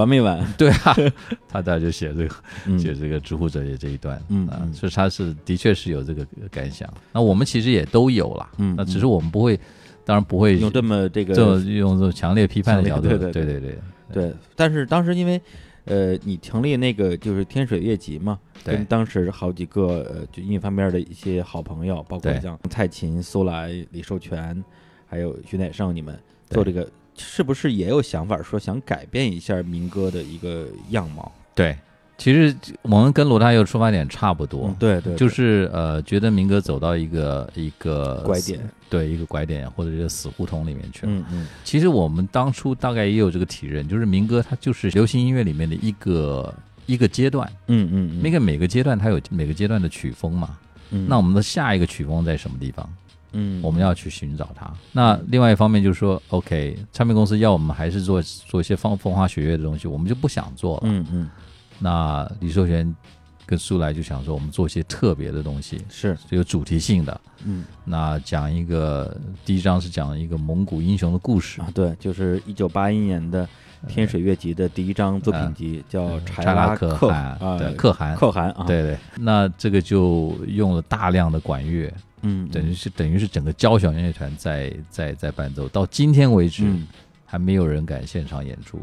完没完？ 对啊，他当然就写这个、 嗯、 写这个知乎者也这一段， 嗯啊，所以他是的确是有这个感想。那我们其实也都有啦， 嗯， 那只是我们不会，当然不会用这么这个这种用这种强烈批判的角度， 对对对对对对。但是当时因为呃，你成立那个就是天水乐集嘛，跟当时好几个呃就音乐方面的一些好朋友，包括像蔡琴、苏来、李寿全，还有徐乃盛，你们做这个是不是也有想法说想改变一下民歌的一个样貌？ 对，其实我们跟罗大佑出发点差不多， 嗯、对, 对对， 就是呃，觉得民歌走到一个一个拐点， 对，一个拐点或者一个死胡同里面去了。 嗯嗯， 其实我们当初大概也有这个体认，就是民歌它就是流行音乐里面的一个一个阶段， 嗯嗯嗯， 那个每个阶段它有每个阶段的曲风嘛， 嗯， 那我们的下一个曲风在什么地方？ 嗯， 我们要去寻找它。那另外一方面就是说 ，OK， 唱片公司要我们还是做做一些风风花雪月的东西，我们就不想做了。 嗯嗯。 那李寿全跟苏来就想说，我们做一些特别的东西， 是有主题性的。 嗯， 那讲一个第一章是讲一个蒙古英雄的故事啊，对，就是一九八一年的天水乐集的第一张作品集，呃、叫柴拉可汗啊，对，可汗， 可汗啊， 对对。那这个就用了大量的管乐。 嗯， 等于是等于是整个交响乐团在在在伴奏，到今天为止、嗯、还没有人敢现场演出。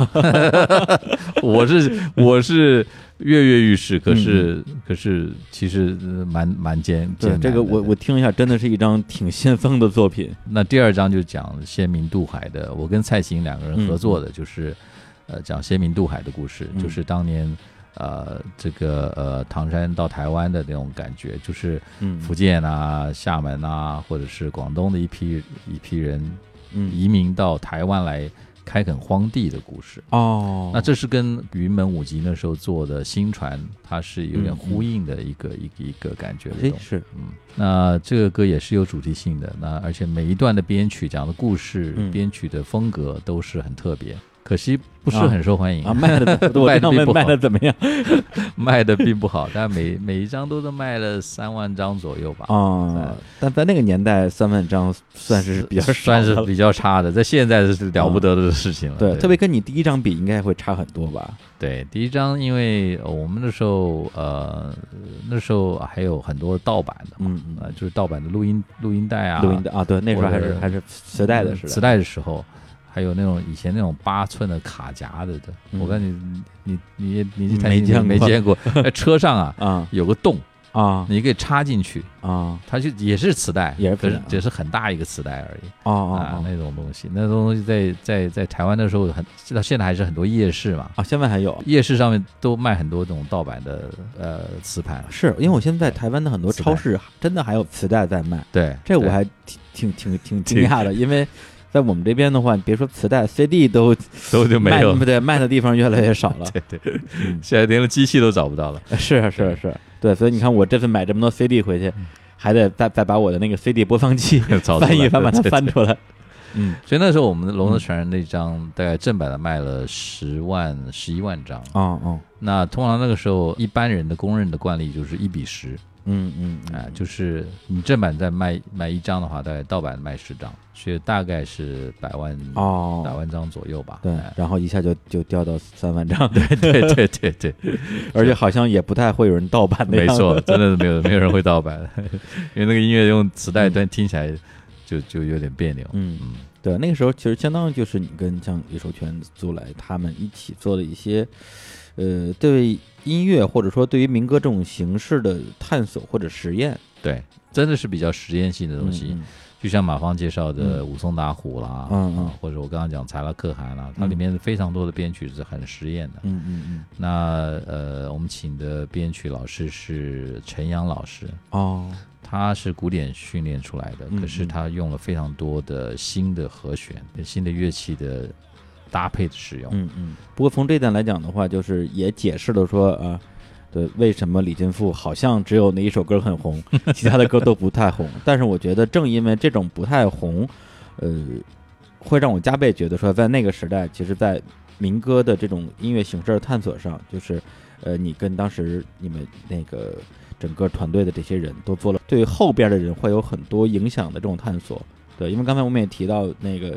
我是我是跃跃欲试，可是、嗯、可是其实蛮蛮艰艰难的。 这个我我听一下，真的是一张挺先锋的作品。 那第二章就讲先民渡海的，我跟蔡琴两个人合作的，就是、嗯、呃讲先民渡海的故事， 嗯、 就是当年。呃，这个呃，唐山到台湾的那种感觉，就是福建啊、嗯、厦门啊，或者是广东的一批一批人，嗯，移民到台湾来开垦荒地的故事。 哦， 那这是跟云门舞集那时候做的新传，它是有点呼应的一个、嗯、一个一个感觉的东西。 是， 嗯，那这个歌也是有主题性的，那而且每一段的编曲讲的故事、嗯、编曲的风格都是很特别。可惜不是很受欢迎啊, 啊，卖的卖的并不好， 卖的怎么样？ 卖的并不好，但每每一张都是卖了三万张左右吧。 啊，但在那个年代，三万张算是比较少， 算是比较差的，在现在是了不得的事情了。 啊、对, 对， 特别跟你第一张比，应该会差很多吧？ 对，第一张因为我们那时候呃那时候还有很多盗版的， 嗯嗯、呃，就是盗版的录音录音带啊， 录音带啊，对，那时候还是还是磁带的时代， 磁带的时候。还有那种以前那种八寸的卡夹的的， 嗯、 我看你你你你你没见过没见过，在车上啊啊有个洞啊， 你可以插进去啊， 它就也是磁带， 也是可是只是很大一个磁带而已啊啊啊那种东西，那种东西在在在台湾的时候很，到现在还是很多夜市嘛啊，现在还有夜市上面都卖很多这种盗版的呃磁盘， 是因为我现在在台湾的很多超市真的还有磁带在卖， 对， 这我还挺挺挺挺惊讶的，因为。在我们这边的话，别说磁带 C D 都都就没有， 对，卖的地方越来越少了。 对对，嗯、现在连个机器都找不到了。 是啊是啊是啊，对，所以你看我这次买这么多 C D 回去，还得再再把我的那个 C D 播放器翻一翻，把它翻出来。嗯， 所以那时候我们的《龙的传人》那张大概正版的卖了十万、十一万张。 哦哦， 那通常那个时候一般人的公认的惯例就是一比十。 嗯嗯啊、呃，就是你正版再卖卖一张的话，大概盗版卖十张，所以大概是百万哦， 百万张左右吧。 对，然后一下就就掉到三万张。 对对对对对， 而且好像也不太会有人盗版的。 没错，真的没有没有人会盗版，因为那个音乐用磁带端听起来就就有点别扭。 嗯嗯，对，那个时候其实相当于就是你跟像李寿全、苏来他们一起做的一些。呃，对音乐或者说对于民歌这种形式的探索或者实验， 对，真的是比较实验性的东西。 嗯、 就像马芳介绍的武松打虎啦， 嗯嗯， 或者我刚刚讲柴拉可汗啦，它里面非常多的编曲是很实验的。 嗯嗯嗯。 那呃，我们请的编曲老师是陈阳老师哦， 他是古典训练出来的， 嗯、 可是他用了非常多的新的和弦、新的乐器的。搭配的使用， 嗯嗯。不过从这点来讲的话，就是也解释了说啊，对，为什么李金富好像只有那一首歌很红，其他的歌都不太红。但是我觉得正因为这种不太红，呃，会让我加倍觉得说，在那个时代，其实，在民歌的这种音乐形式的探索上，就是呃，你跟当时你们那个整个团队的这些人都做了，对后边的人会有很多影响的这种探索。对，因为刚才我们也提到那个。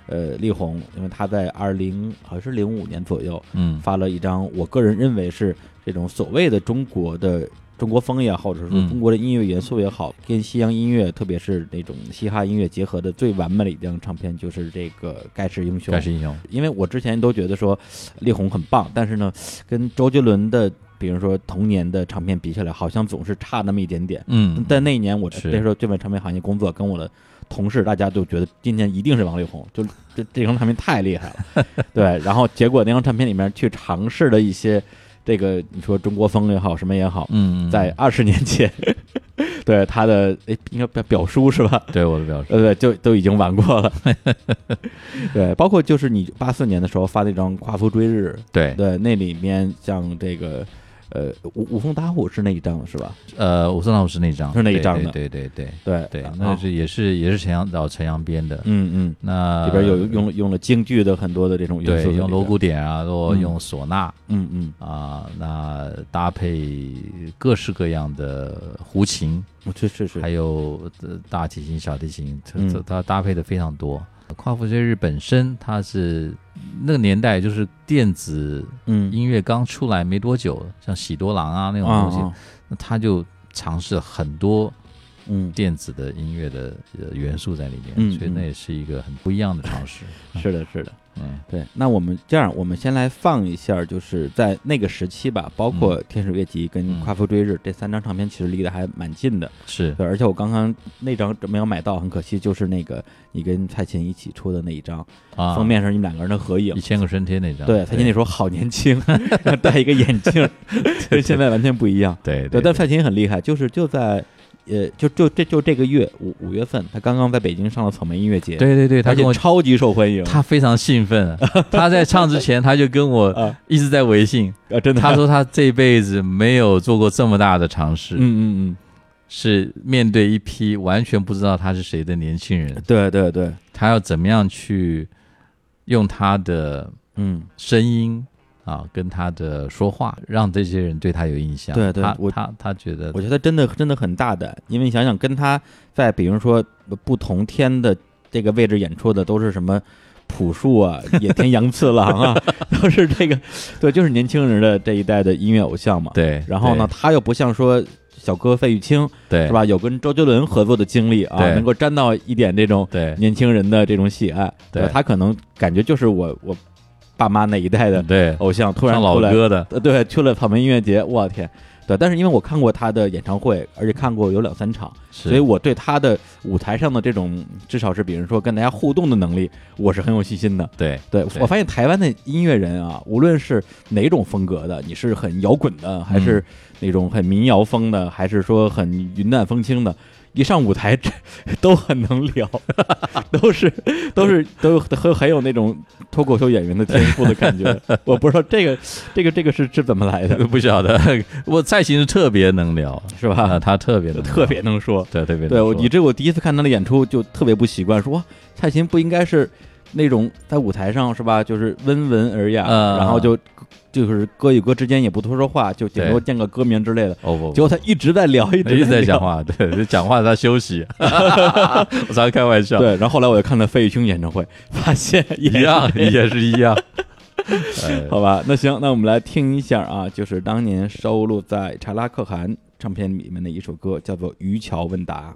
呃，力宏，因为他在二零好像是零五年左右， 嗯， 发了一张我个人认为是这种所谓的中国的中国风也好，或者说中国的音乐元素也好，跟西洋音乐，特别是那种嘻哈音乐结合的最完美的一张唱片，就是这个《盖世英雄》。 盖世英雄， 因为我之前都觉得说力宏很棒，但是呢，跟周杰伦的比如说同年的唱片比起来，好像总是差那么一点点。 嗯， 但那一年我那时候就在唱片行业工作，跟我的同事大家都觉得今年一定是王力宏，就这这张唱片太厉害了。对，然后结果那张唱片里面去尝试了一些这个你说中国风也好，什么也好， 嗯， 在二十年前，对他的诶应该表表叔是吧？ 对我的表叔， 呃对，就都已经玩过了。对，包括就是你八四年的时候发那张《夸父追日》， 对对，那里面像这个。呃，无无风打虎是那一张是吧？ 呃，无风打虎是那一张， 是那一张的， 对对对对对对，那是也是也是陈阳找陈阳编的， 嗯嗯， 那里边有用了用了京剧的很多的这种元素， 对，用锣鼓点啊，或用唢呐， 嗯嗯啊，那搭配各式各样的胡琴， 是是是， 还有大提琴、小提琴，它它搭配的非常多。夸父追日本身它是那个年代就是电子音乐刚出来没多久，嗯、像喜多郎啊那种东西，啊、那他就尝试了很多嗯电子的音乐的元素在里面， 嗯、 所以那也是一个很不一样的尝试。 是的，是的。 嗯， 对，那我们这样，我们先来放一下，就是在那个时期吧，包括《天使乐集》跟《夸父追日》这三张唱片，其实离得还蛮近的。 是， 对，而且我刚刚那张没有买到，很可惜，就是那个你跟蔡琴一起出的那一张，啊、封面上你们两个人的合影， 一千个春天那张。 对，蔡琴那时候好年轻，戴一个眼镜，跟现在完全不一样。 对 对, 对, 对，但蔡琴很厉害，就是就在。呃，就就这就这个月五五月份，他刚刚在北京上了草莓音乐节， 对对对，他跟我超级受欢迎， 他非常兴奋。他在唱之前，他就跟我一直在微信， 啊，真的， 他说他这辈子没有做过这么大的尝试， 嗯嗯嗯， 是面对一批完全不知道他是谁的年轻人， 对对对， 他要怎么样去用他的嗯声音。啊，跟他的说话，让这些人对他有印象。 对对， 他我他他觉得， 我觉得真的真的很大胆，因为你想想，跟他在比如说不同天的这个位置演出的都是什么朴树啊、野田洋次郎啊，都是这个，对，就是年轻人的这一代的音乐偶像嘛。 对， 然后呢，他又不像说小哥费玉清， 对， 是吧？有跟周杰伦合作的经历啊，能够沾到一点这种年轻人的这种喜爱。 对， 他可能感觉就是我我。爸妈那一代的对偶像突然老歌的， 对，去了草莓音乐节，我天，对，但是因为我看过他的演唱会，而且看过有两三场，所以我对他的舞台上的这种，至少是比如说跟大家互动的能力，我是很有信心的。 对， 对，我发现台湾的音乐人啊，无论是哪种风格的，你是很摇滚的，还是那种很民谣风的，还是说很云淡风轻的。一上舞台都很能聊，都是都是都很很有那种脱口秀演员的天赋的感觉。我不知道这个这个这个是是怎么来的， 不晓得。我蔡琴是特别能聊， 是吧？ 啊、他特别的特别能说， 对，特别能对。 说我以致我第一次看他的演出就特别不习惯，说哇，蔡琴不应该是那种在舞台上是吧？就是温文尔雅， 嗯、 然后就。就是歌与歌之间也不多说话，就顶多见个歌名之类的。 哦不， 结果他一直在聊，一直一直在讲话，对，讲话他休息。我常开玩笑。 对，然后后来我又看了费玉清演唱会，发现一样，也是一样。 好吧，那行，那我们来听一下啊，就是当年收录在查拉可汗唱片里面的一首歌，叫做《渔樵问答》。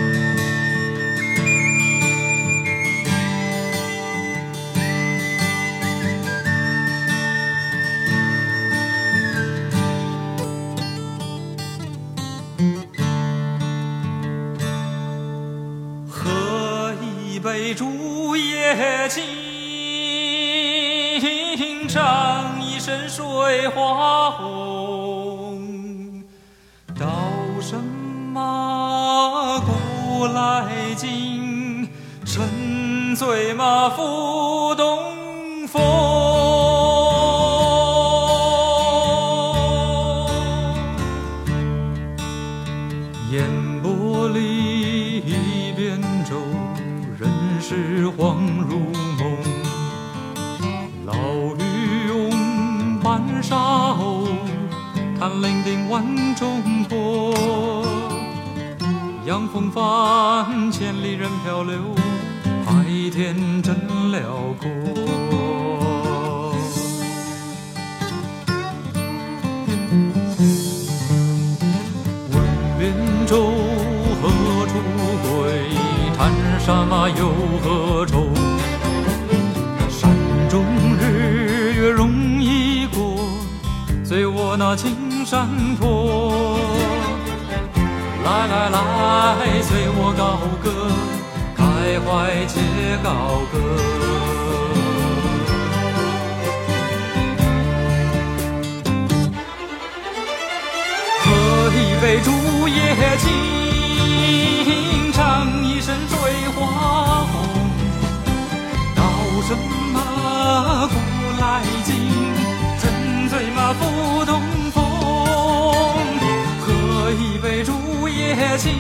杯竹叶青，唱一声水花红。道什么古来今，沉醉马赴东风。烟波里边舟，是恍如梦，老渔翁半沙鸥，看伶仃万众波。洋风帆千里人漂流，海那一天真辽阔。问遍舟何处归？滩上有何愁？山中日月容易过，随我那青山坡。来来来，随我高歌，开怀且高歌。喝一杯竹叶青，唱一声水花红。道声马古来今，沉醉马赴东风。喝一杯竹叶青，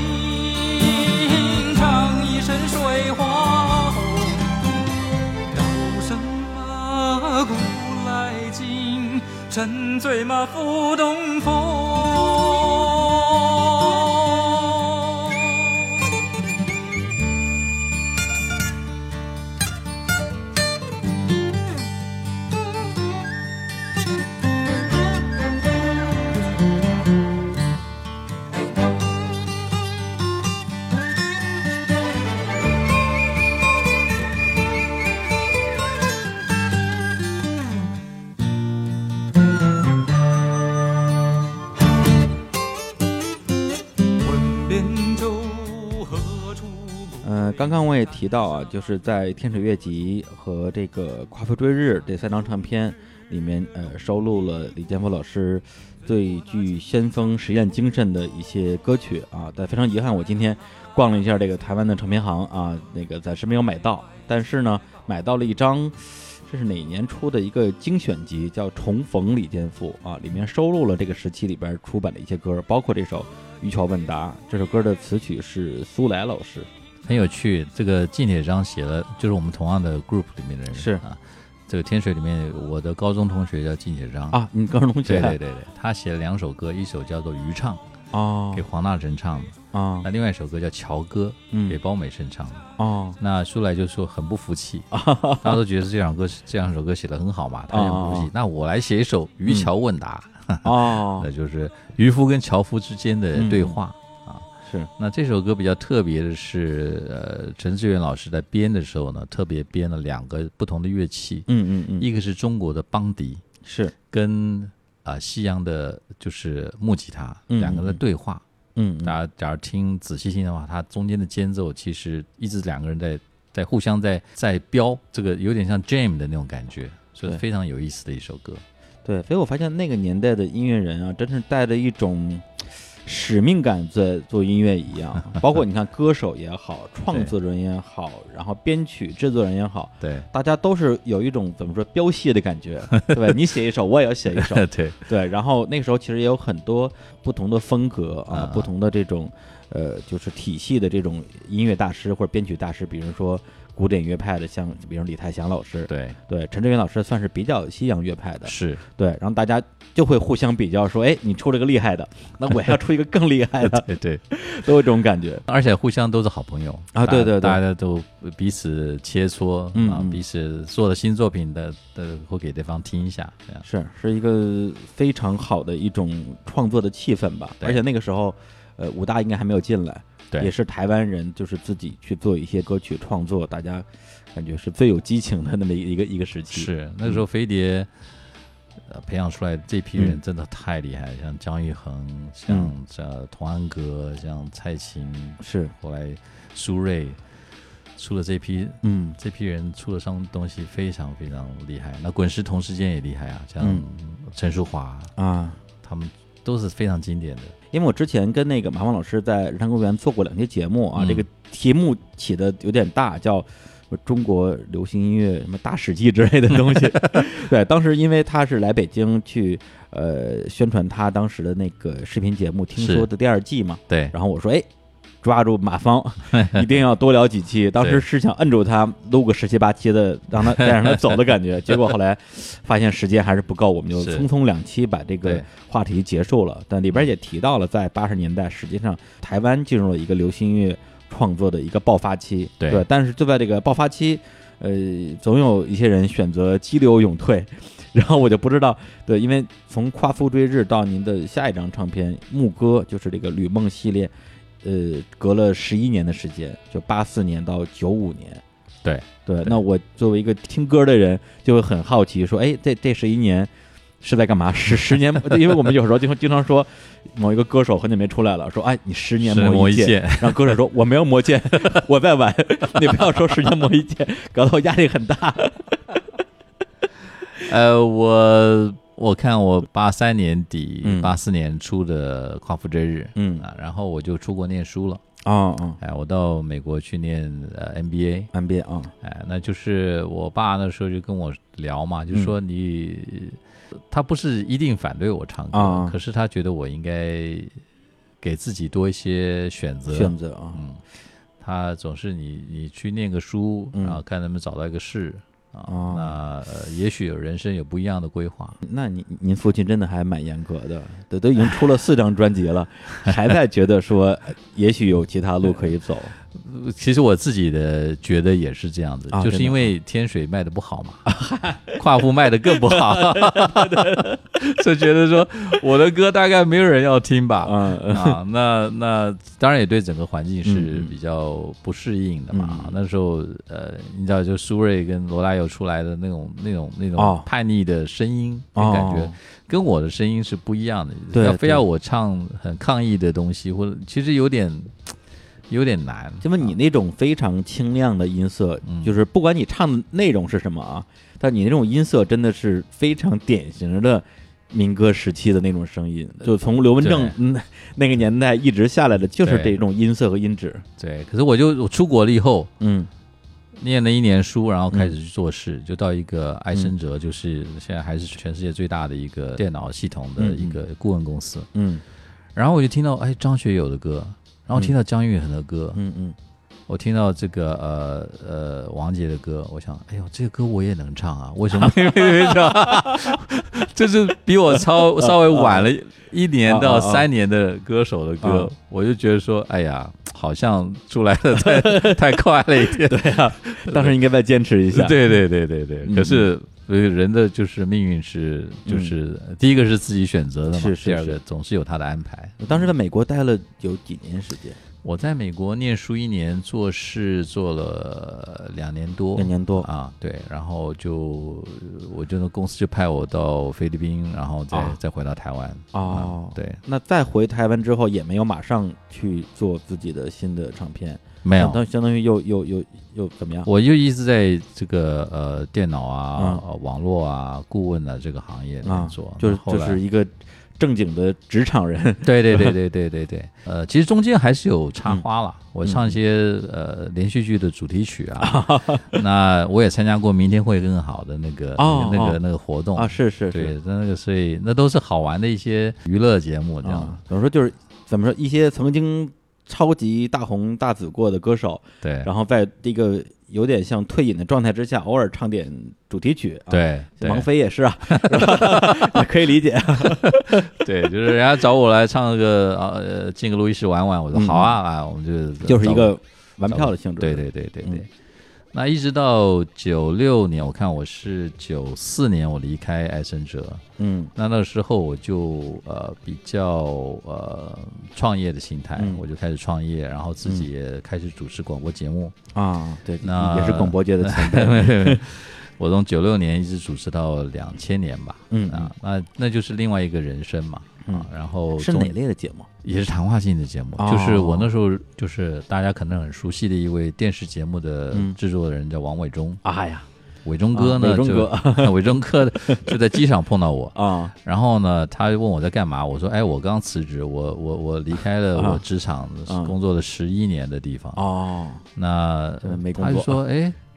唱一声水花红。道声马古来今，沉醉马赴东风。 刚刚我也提到啊，就是在《天水乐集》和这个《夸父追日》这三张唱片里面，呃，收录了李健夫老师最具先锋实验精神的一些歌曲啊。但非常遗憾，我今天逛了一下这个台湾的唱片行啊，那个暂时没有买到，但是呢，买到了一张，这是哪年出的一个精选集，叫《重逢李健夫》啊，里面收录了这个时期里边出版的一些歌，包括这首《渔樵问答》。这首歌的词曲是苏来老师。 很有趣，这个靳铁章写了，就是我们同样的 group 里面的人是啊。这个天水里面，我的高中同学叫靳铁章啊，你高中同学？ 对对对对，他写了两首歌，一首叫做《渔唱》 哦， 给黄大成唱的啊， 那另外一首歌叫《桥歌》， 嗯， 给包美胜唱的哦。 那苏来就说很不服气，大家都觉得这两歌这两首歌写得很好嘛，他很不服气，那我来写一首《渔樵问答》 哦， 那就是渔夫跟樵夫之间的对话。 是， 那这首歌比较特别的是，呃，陈志远老师在编的时候呢，特别编了两个不同的乐器， 嗯嗯嗯， 一个是中国的邦迪， 是跟啊、呃、西洋的，就是木吉他， 嗯、 两个人的对话， 嗯， 大家假如听仔细听的话，它中间的间奏其实一直两个人在在互相在在飙，这个有点像 jam 的那种感觉，所以非常有意思的一首歌。 对，所以我发现那个年代的音乐人啊，真是带着一种使命感在做音乐一样，包括你看歌手也好，创作人也好，然后编曲制作人也好， 对， 大家都是有一种怎么说飙戏的感觉，对吧？你写一首，我也要写一首， 对对。然后那个时候其实也有很多不同的风格啊， 嗯、 不同的这种呃，就是体系的这种音乐大师或者编曲大师，比如说古典乐派的，像比如李泰祥老师， 对对，陈志远老师算是比较西洋乐派的， 是对，然后大家就会互相比较说，哎，你出了个厉害的，那我要出一个更厉害的， 对对， 都有这种感觉， 而且互相都是好朋友啊，对对对， 大家都彼此切磋、 嗯、 啊，彼此做的新作品的的会给对方听一下，这样是是一个非常好的一种创作的气氛吧，而且那个时候，呃，武大应该还没有进来。也是台湾人，就是自己去做一些歌曲创作，大家感觉是最有激情的那么一个一个时期。 是那个时候飞碟、呃、培养出来这批人真的太厉害，嗯、像姜育恒，像这童安格，像蔡琴， 是后来苏芮出了这批， 嗯， 这批人出了上东西非常非常厉害。那滚石同时间也厉害啊，像陈淑桦啊， 他们都是非常经典的。 因为我之前跟那个马芳老师在日坛公园做过两期节目啊， 嗯、 这个题目起的有点大，叫中国流行音乐什么大史记之类的东西。对，当时因为他是来北京去呃宣传他当时的那个视频节目《听说》的第二季嘛， 对， 然后我说哎。抓住马芳，一定要多聊几期。当时是想摁住他录个十七八期的，让他再让他走的感觉。结果后来发现时间还是不够，我们就匆匆两期把这个话题结束了。但里边也提到了，在八十年代，实际上台湾进入了一个流行音乐创作的一个爆发期， 对对，但是就在这个爆发期，呃，总有一些人选择激流勇退，然后我就不知道，对，因为从夸父追日到您的下一张唱片《牧歌》，就是这个《旅梦》系列，呃，隔了十一年的时间，就八四年到九五年， 对对，那我作为一个听歌的人，就会很好奇，说，哎，这这十一年是在干嘛？十十年，因为我们有时候经经常说某一个歌手很久没出来了，说，哎，你十年磨一剑，然后歌手说我没有磨剑，我在玩，你不要说十年磨一剑，搞得我压力很大。 呃，我我看我八三年底、 嗯八四年出的《夸父追日》， 嗯啊，然后我就出国念书了。 哦哦哎，我到美国去念呃 M B A， ，M B A 啊， 哎，那就是我爸那时候就跟我聊嘛，就说你，他不是一定反对我唱歌， 啊可是他觉得我应该给自己多一些选择。 选择啊， 嗯，他总是你你去念个书， 嗯然后看能不能找到一个事啊， 哦那呃也许有人生有不一样的规划。 那您您父亲真的还蛮严格的，都都已经出了四张专辑了，还在觉得说呃也许有其他路可以走。 其实我自己的觉得也是这样子， 啊就是因为天水卖的不好嘛，夸父卖的更不好，就觉得说我的歌大概没有人要听吧， 嗯啊，那那当然也对整个环境是嗯比较不适应的嘛。 嗯那时候呃，你知道，就苏芮跟罗大佑出来的那种那种那哦种叛逆的声音，跟感觉、 哦跟我的声音是不一样的。 对要非对要我唱很抗议的东西，或者其实有点有点难。 因为你那种非常清亮的音色， 嗯就是不管你唱的内容是什么啊，但你那种音色真的是非常典型的民歌时期的那种声音，就从刘文正对嗯那个年代一直下来的，就是对这种音色和音质。 对，可是我就我出国了以后， 嗯念了一年书，然后开始去做事，就到一个艾森哲，就是现在还是全世界最大的一个电脑系统的一个顾问公司。 嗯然后我就听到哎张学友的歌，然后听到姜育恒的歌， 嗯嗯我听到这个呃呃王杰的歌，我想哎呦这个歌我也能唱啊，为什么没人唱？就是比我超稍微晚了一年到三年的歌手的歌，我就觉得说哎呀。好像出来的太太快了一点， 对啊，当时应该再坚持一下。 对对对对对， 嗯可是人的就是命运是就是、嗯、第一个是自己选择的嘛， 是是是， 第二个总是有他的安排。 我当时在美国待了有几年时间。 我在美国念书一年，做事做了两年多， 两年多啊，对，然后就我觉得公司就派我到菲律宾，然后再、啊、再回到台湾。 哦、 啊，对， 那再回台湾之后也没有马上去做自己的新的唱片， 没有， 相相当于又又又又怎么样？ 我就一直在这个呃电脑啊、 嗯呃、网络啊、顾问的这个行业里面做， 啊、就是就是一个。正经的职场人， 对对对对对对对，呃，其实中间还是有插花了， 嗯、 我唱一些、嗯、呃连续剧的主题曲啊，那我也参加过《明天会更好》的那个、 哦、 那个、那个、那个活动啊，是是是， 对，那个所以那都是好玩的一些娱乐节目，这样、啊。 怎么说就是怎么说一些曾经超级大红大紫过的歌手， 对， 然后在这个有点像退隐的状态之下，偶尔唱点主题曲，啊、 对， 王菲也是啊，也可以理解。 对，就是人家找我来唱个呃进个录音室玩玩，我说好啊，啊、嗯，我们就就是一个玩票的性质。 对对对对对。 嗯那一直到九六年，我看我是九四年我离开艾森哲， 嗯， 那那时候我就呃比较呃创业的心态、嗯，我就开始创业，然后自己也开始主持广播节目、 嗯、啊，对， 那也是广播界的前辈。 我从九六年一直主持到两千年吧， 嗯啊，那那就是另外一个人生嘛， 嗯、 啊，然后是哪类的节目？ 也是谈话性的节目、哦，就是我那时候就是大家可能很熟悉的一位电视节目的制作人叫王伟忠。 哎呀， 伟忠哥呢？ 伟忠哥， 伟忠哥就在机场碰到我啊， 然后呢，他问我在干嘛，我说，哎，我刚辞职，我我我离开了我职场工作了十一年的地方。 哦， 那没工作。 他就说，哎。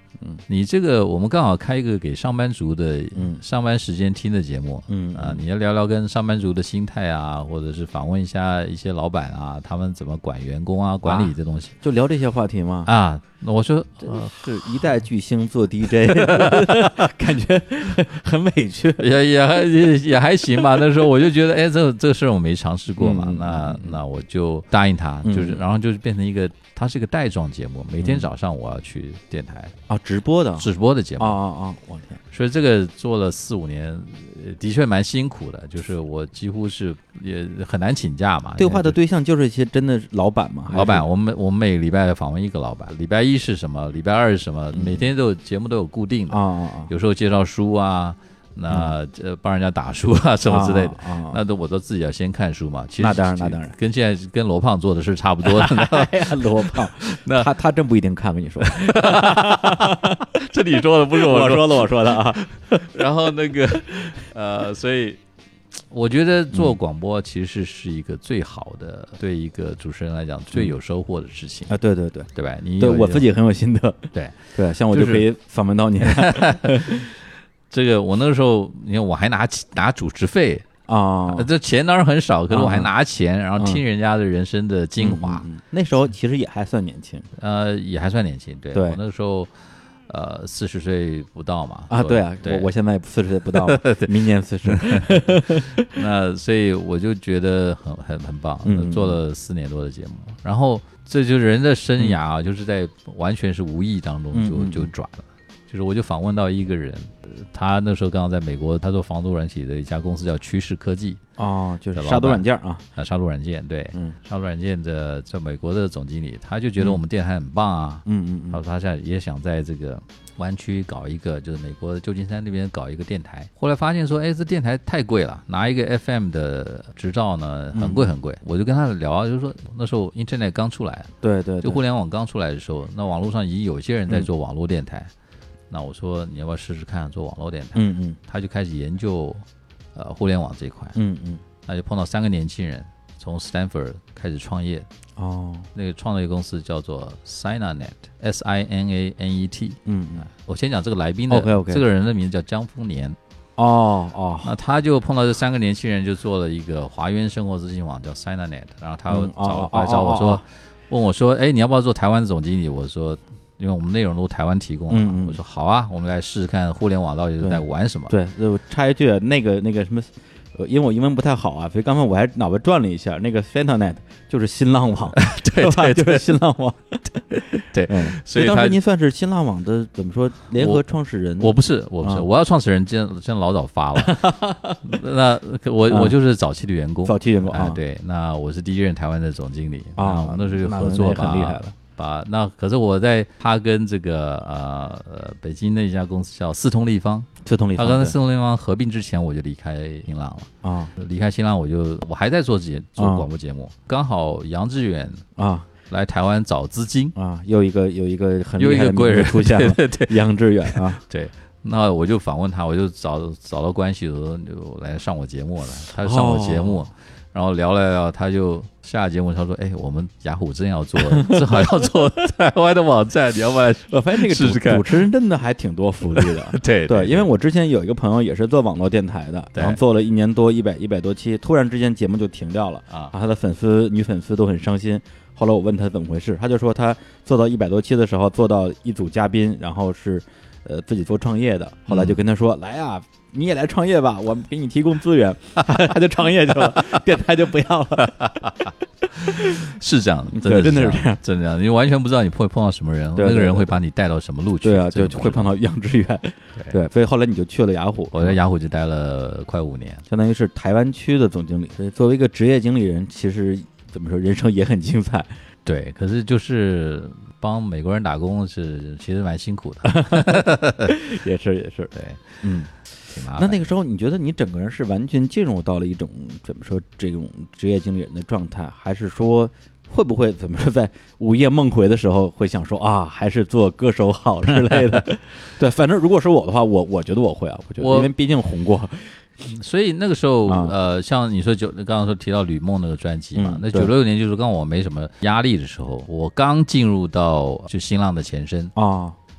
嗯，你这个我们刚好开一个给上班族的， 嗯， 上班时间听的节目， 嗯啊，你要聊聊跟上班族的心态啊，或者是访问一下一些老板啊，他们怎么管员工啊，管理这东西， 就聊这些话题吗？ 啊，那我说呃、是一代巨星做 D J， 感觉很委屈， 也也还也也还行吧。那时候我就觉得，哎，这这个事儿我没尝试过嘛， 嗯、 那那我就答应他，就是、嗯、然后就是变成一个，它是一个带状节目，每天早上我要去电台啊，直播的， 直播的节目啊啊啊！我天， 所以这个做了四五年，的确蛮辛苦的，就是我几乎是也很难请假嘛。 对话的对象就是一些真的老板嘛？ 老板，我们我们每个礼拜访问一个老板，礼拜一是什么，礼拜二是什么，每天都有节目都有固定的啊啊啊！ 有时候介绍书啊。那呃帮人家打书啊什么之类的， 啊啊、 那都我都自己要先看书嘛。其实那当然，那当然， 跟现在跟罗胖做的是差不多的。 哎呀，罗胖，那他他真不一定看，跟你说， 这你说的不是我说的，我说的啊。 然后那个呃，所以我觉得做广播其实是一个最好的，嗯、对一个主持人来讲最有收获的事情啊。对对对， 对吧？你对我自己很有心得。 对对，像我就可以访问到你。 这个我那个时候，你看我还拿拿主持费啊， 这钱当然很少，可是我还拿钱，然后听人家的人生的精华。 嗯嗯嗯、那时候其实也还算年轻， 呃，也还算年轻。对， 对我那个时候呃四十岁不到嘛。 啊，对啊， 对我我现在四十岁不到，明年四十。 那所以我就觉得很很很棒， 嗯、 做了四年多的节目，然后这就是人的生涯啊，嗯、就是在完全是无意当中就、 嗯、 就转了。就是我就访问到一个人，他那时候刚刚在美国，他做防毒软体的一家公司叫趋势科技。 哦，就是杀毒软件啊， 啊，杀毒软件，对， 嗯， 杀毒软件的在美国的总经理，他就觉得我们电台很棒啊， 嗯嗯嗯， 他说他现在也想在这个湾区搞一个，就是美国的旧金山那边搞一个电台。后来发现说，哎，这电台太贵了，拿一个 F M 的执照呢，很贵很贵。嗯、我就跟他聊，就是说那时候 Internet 刚出来， 对 对, 对， 就互联网刚出来的时候，那网络上已经有些人在做网络电台。嗯，那我说你要不要试试看做网络电台？ 嗯嗯， 他就开始研究呃互联网这一块。 嗯嗯， 那就碰到三个年轻人从 Stanford 开始创业。 哦， 那个创的一个公司叫做 SinaNet，S I N A N E T。 嗯嗯， 我先讲这个来宾的 ，OK OK， 这个人的名字叫江丰年。 哦哦， 那他就碰到这三个年轻人，就做了一个华渊生活资讯网叫 SinaNet， 然后他找、嗯哦、来找我说，哦哦哦、问我说，哎，你要不要做台湾的总经理？我说。因为我们内容都台湾提供的，嗯嗯，我说好啊，我们来试试看互联网到底是在玩什么。 对，就插一句，那个那个什么，因为我英文不太好啊，所以刚才我还脑袋转了一下，那个 SinaNet 就是新浪网， 对对， 就是新浪网。 对， 嗯，所以当时您算是新浪网的怎么说联合创始人？ 我, 我不是，我不是，啊、我要创始人真真老早发了。那我、啊、我就是早期的员工， 早期员工啊、 哎。对，那我是第一任台湾的总经理啊， 我那时候就合作吧， 很厉害了。 把那可是我在他跟这个呃呃北京的一家公司叫四通立方， 四通立方， 他跟四通立方合并之前我就离开新浪了啊， 离开新浪我就我还在做节做广播节目，刚、啊、好杨致远啊来台湾找资金啊，又一个有一个很又一个贵人出现了， 对对对， 杨致远啊， 对。那我就访问他，我就找找到关系，我就来上我节目了。他就上我节目，哦、然后聊了聊，他就下节目他说：“哎，我们雅虎真要做，正好要做台湾的网站，你要不然我发现这个试试看。” 主持人真的还挺多福利的， 对对, 对，因为我之前有一个朋友也是做网络电台的，然后做了一年多，一百一百多期，突然之间节目就停掉了啊，他的粉丝女粉丝都很伤心。后来我问他怎么回事，他就说他做到一百多期的时候，做到一组嘉宾，然后是。呃，自己做创业的，后来就跟他说：“嗯、来呀、啊，你也来创业吧，我们给你提供资源。”他就创业去了，电台就不要了。 是这样，真的真的是这样， 真的这样，你完全不知道你会碰到什么人， 对对对对， 那个人会把你带到什么路去。 对啊，就会碰到杨致远。对，对，所以后来你就去了雅虎， 我在雅虎就待了快五年， 相当于是台湾区的总经理。所以作为一个职业经理人，其实怎么说，人生也很精彩。 对，可是就是帮美国人打工是其实蛮辛苦的， 也是也是， 对， 嗯，那那个时候你觉得你整个人是完全进入到了一种怎么说这种职业经理人的状态，还是说会不会怎么说在午夜梦回的时候会想说啊，还是做歌手好之类的？对，反正如果是我的话，我我觉得我会啊，我觉得因为毕竟红过。 所以那个时候、 啊、 呃像你说九刚刚说提到吕梦那个专辑嘛、嗯、那九六年就是刚我没什么压力的时候，我刚进入到就新浪的前身啊，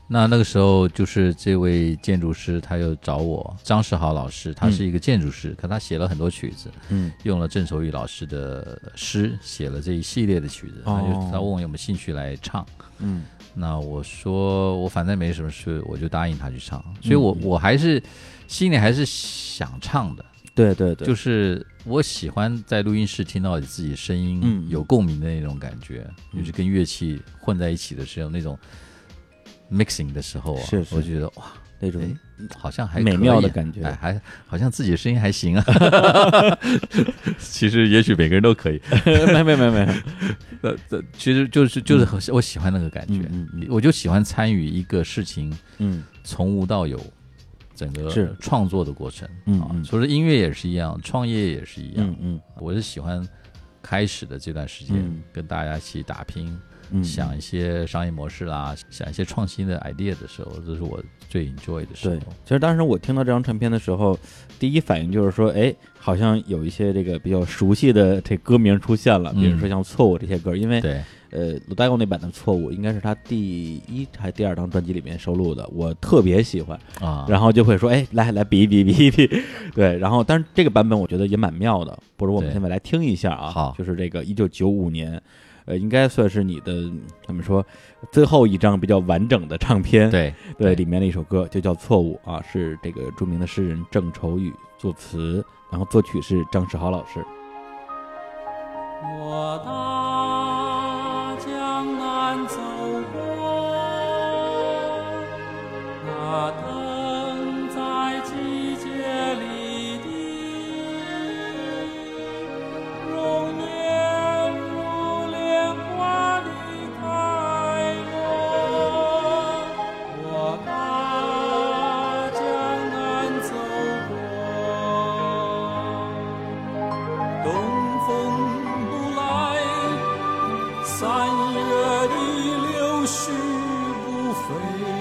那那个时候就是这位建筑师他又找我，张世豪老师，他是一个建筑师，可他写了很多曲子， 嗯， 用了郑愁予老师的诗写了这一系列的曲子， 哦他就他问我有没有兴趣来唱， 嗯， 那我说我反正没什么事，我就答应他去唱，所以我我还是心里还是想唱的。 对对对， 就是我喜欢在录音室听到自己声音嗯有共鸣的那种感觉， 嗯就是跟乐器混在一起的时候那种 mixing 的时候啊， 是是我就觉得哇， 那种好像还美妙的感觉， 哎，还好像自己的声音还行啊。其实也许每个人都可以， 没没没没， 呃，其实就是就是我喜欢那个感觉， 嗯嗯嗯、 我就喜欢参与一个事情， 嗯， 从无到有。整个是创作的过程， 嗯啊，除了音乐也是一样，创业也是一样， 嗯嗯， 我是喜欢开始的这段时间、嗯、跟大家一起打拼、嗯，想一些商业模式啦，想一些创新的 idea 的时候，这是我最 enjoy 的时候。 对，其实当时我听到这张唱片的时候，第一反应就是说，哎，好像有一些这个比较熟悉的这歌名出现了，比如说像《错误》这些歌，嗯、因为对。 呃，鲁大佑那版的《错误》应该是他第一还第二张专辑里面收录的，我特别喜欢啊， 然后就会说，哎，来来比一比比一比，对，然后但是这个版本我觉得也蛮妙的，不如我们现在来听一下啊， 好， 就是这个一九九五年，呃，应该算是你的怎么说最后一张比较完整的唱片， 对对，里面的一首歌就叫《错误》啊，是这个著名的诗人郑愁予作词，然后作曲是张世豪老师。 我大江南走过，那等在季节里的容颜如莲花的开落，我大江南走过，东风三月的柳絮不飞，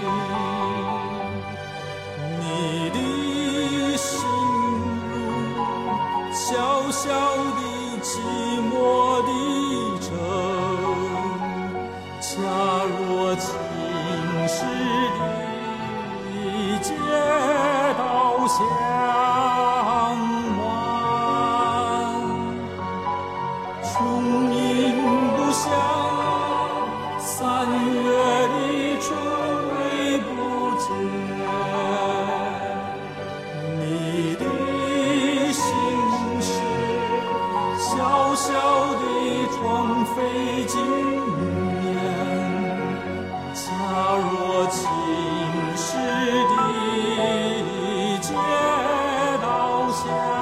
你的心如小小的寂寞的城，恰若青石的街道相望，重影不像三月的春微不见，你的心事小小的窗飞经年，恰若青石的街道相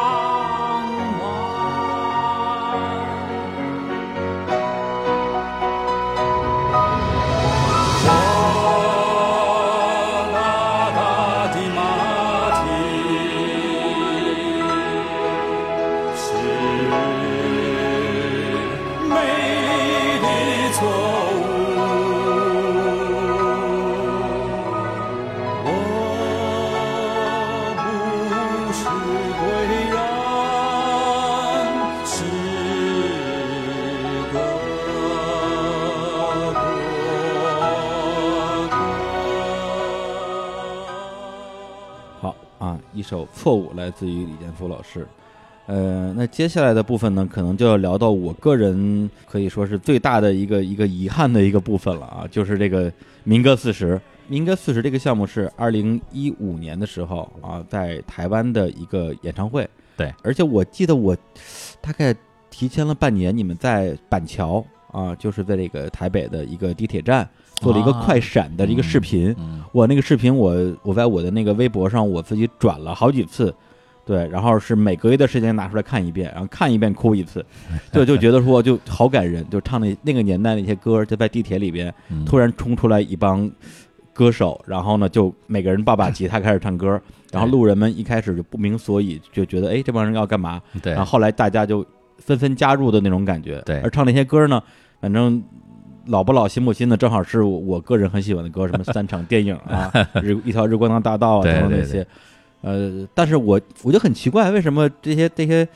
一首错误来自于李健夫老师。呃，那接下来的部分呢，可能就要聊到我个人可以说是最大的一个一个遗憾的一个部分了啊，就是这个民歌四十。民歌四十这个项目是二零一五年的时候啊，在台湾的一个演唱会。 对， 而且我记得我大概提前了半年，你们在板桥啊，就是在这个台北的一个地铁站做了一个快闪的一个视频。 啊嗯嗯、 我那个视频我我在我的那个微博上我自己转了好几次。对，然后是每隔一段时间拿出来看一遍，然后看一遍哭一次，就就觉得说就好感人，就唱那那个年代那些歌，就在地铁里边突然冲出来一帮歌手，然后呢就每个人抱把吉他开始唱歌，然后路人们一开始就不明所以，就觉得哎这帮人要干嘛？ 对， 然后后来大家就纷纷加入的那种感觉。 对， 而唱那些歌呢，反正老不老新不新的，正好是我我个人很喜欢的歌，什么三场电影啊，日一条日光大道啊等等那些。呃，但是我我就很奇怪，为什么这些这些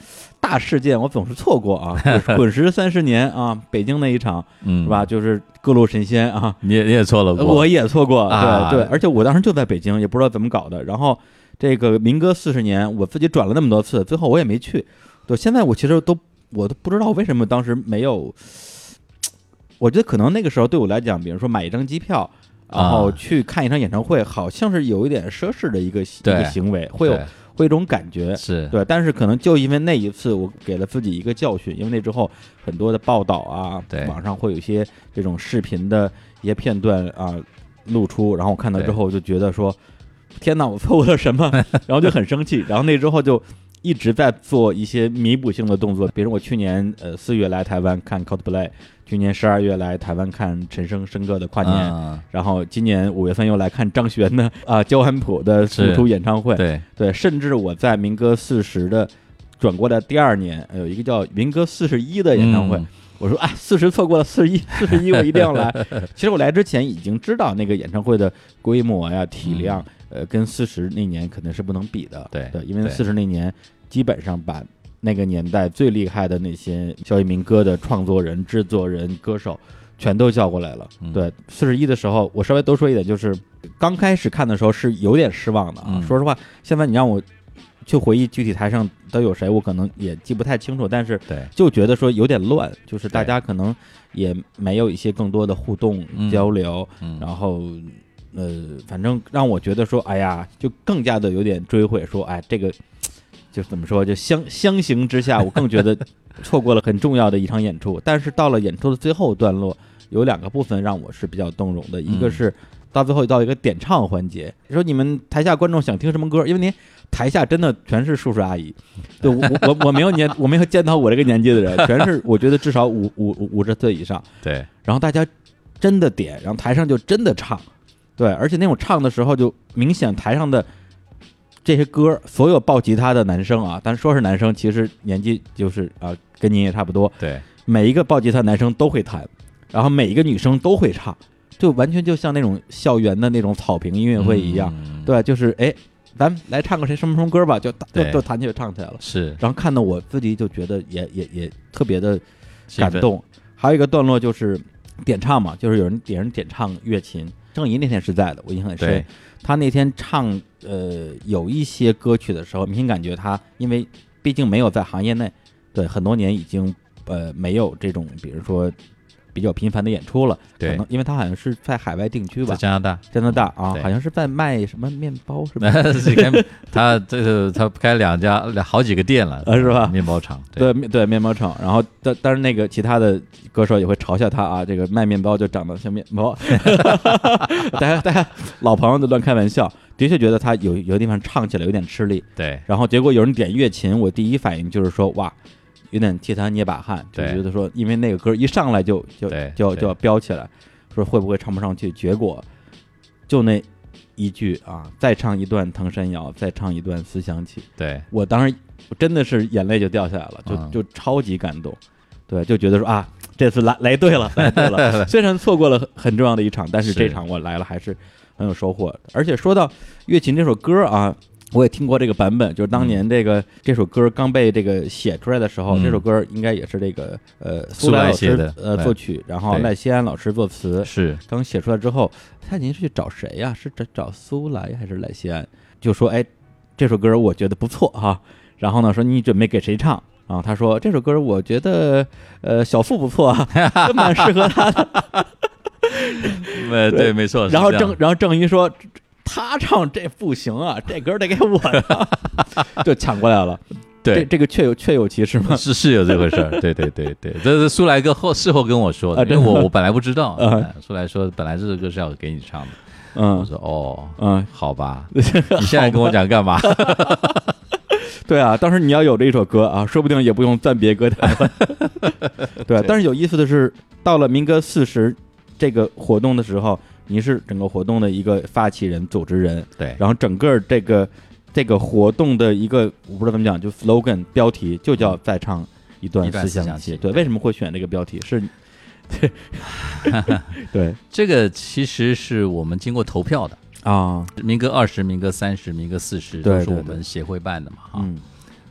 大事件我总是错过啊，滚石三十年啊，北京那一场， 嗯， 是吧？就是各路神仙啊， 你也你也错了过， 我也错过， 啊、 对对，而且我当时就在北京，也不知道怎么搞的。然后这个民歌四十年，我自己转了那么多次，最后我也没去。对，现在我其实都我都不知道为什么当时没有。我觉得可能那个时候对我来讲，比如说买一张机票，然后去看一场演唱会，好像是有一点奢侈的一个一个行为，会有会有一种感觉， 是对。但是可能就因为那一次，我给了自己一个教训，因为那之后很多的报道啊， 对， 网上会有一些这种视频的一些片段啊露出，然后我看到之后就觉得说，天哪，我错过了什么？然后就很生气，然后那之后就一直在做一些弥补性的动作，比如我去年呃四月来台湾看 Coldplay。去年十二月来台湾看陈升生哥的跨年、啊，然后今年五月份又来看张悬的啊焦安普的复出演唱会， 对对，甚至我在民歌四十的转过来第二年，有一个叫民歌四十一的演唱会，嗯、我说啊四十错过了四十一，四十一我一定要来。其实我来之前已经知道那个演唱会的规模呀、体量，嗯、呃，跟四十那年肯定是不能比的， 对对，因为四十那年基本上把。那个年代最厉害的那些校园民歌的创作人、制作人、歌手，全都叫过来了。 嗯、 对，四十一的时候，我稍微多说一点，就是刚开始看的时候是有点失望的啊。 嗯、 说实话，现在你让我去回忆具体台上都有谁，我可能也记不太清楚，但是就觉得说有点乱，就是大家可能也没有一些更多的互动交流， 嗯、 然后呃，反正让我觉得说，哎呀，就更加的有点追悔，说，哎，这个。就是怎么说，就相相形之下，我更觉得错过了很重要的一场演出。但是到了演出的最后段落，有两个部分让我是比较动容的，一个是到最后到一个点唱环节，你说你们台下观众想听什么歌？因为您台下真的全是叔叔阿姨，对我我我没有年我没有见到我这个年纪的人，全是我觉得至少五五五十岁以上。 对， 然后大家真的点，然后台上就真的唱，对，而且那种唱的时候就明显台上的。这些歌，所有抱吉他的男生啊，但说是男生，其实年纪就是啊，跟您也差不多。 对， 每一个抱吉他男生都会弹，然后每一个女生都会唱，就完全就像那种校园的那种草坪音乐会一样。 嗯、 对，就是哎，咱们来唱个谁什么什么歌吧，就就就弹起来唱起来了。 是， 然后看到我自己就觉得也也也特别的感动。还有一个段落就是点唱嘛，就是有人点人点唱乐琴。郑怡那天是在的，我印象很深。他那天唱呃有一些歌曲的时候，明显感觉他因为毕竟没有在行业内，对很多年已经呃没有这种比如说比较频繁的演出了。 对， 可能因为他好像是在海外定居吧， 在加拿大， 加拿大啊， 嗯、 好像是在卖什么面包是吧？ 他这个他开两家好几个店了， 啊是吧？ 面包厂， 对对, 对面包厂。然后但但是那个其他的歌手也会嘲笑他啊，这个卖面包就长得像面包，大家大家老朋友都乱开玩笑。的确觉得他有有的地方唱起来有点吃力， 对。 然后结果有人点乐琴，我第一反应就是说哇。有点替他捏把汗，就觉得说，因为那个歌一上来就就就就要飙起来，说会不会唱不上去？结果就那一句啊，再唱一段《藤山谣》，再唱一段《思想起》。 对， 我当时我真的是眼泪就掉下来了，就、嗯、就超级感动。对，就觉得说啊，这次来来对了，来对了。虽然错过了很重要的一场，但是这场我来了还是很有收获的。而且说到乐琴这首歌啊。我也听过这个版本，就是当年这个、嗯、这首歌刚被这个写出来的时候，嗯、这首歌应该也是这个呃苏来老师呃作曲，然后赖希安老师作词。 是刚写出来之后，他您是去找谁呀、啊？是找找苏来还是赖希安？就说哎，这首歌我觉得不错哈。然后呢，说你准备给谁唱？然后他说这首歌我觉得呃小付不错啊，真蛮适合他的。 对对，没错。 然后郑然后郑怡说。他唱这不行啊，这歌得给我唱，就抢过来了。 对， 这这个确有确有其事吗？ 是是有这回事儿。对对对对，这是苏来哥后事后跟我说的，因为我我本来不知道。嗯、苏来说本来这首歌是要给你唱的。嗯，我说哦，嗯，好吧，你现在跟我讲干嘛？ 对啊，当时你要有这一首歌啊，说不定也不用暂别歌坛了。对，但是有意思的是，到了民歌四十这个活动的时候。你是整个活动的一个发起人、组织人， 对， 然后整个这个这个活动的一个我不知道怎么讲，就 slogan 标题就叫再唱一段思想起。对，为什么会选这个标题？是，对，对， 这个其实是我们经过投票的啊， 民歌二十、民歌三十、民歌四十都是我们协会办的嘛，哈。 嗯，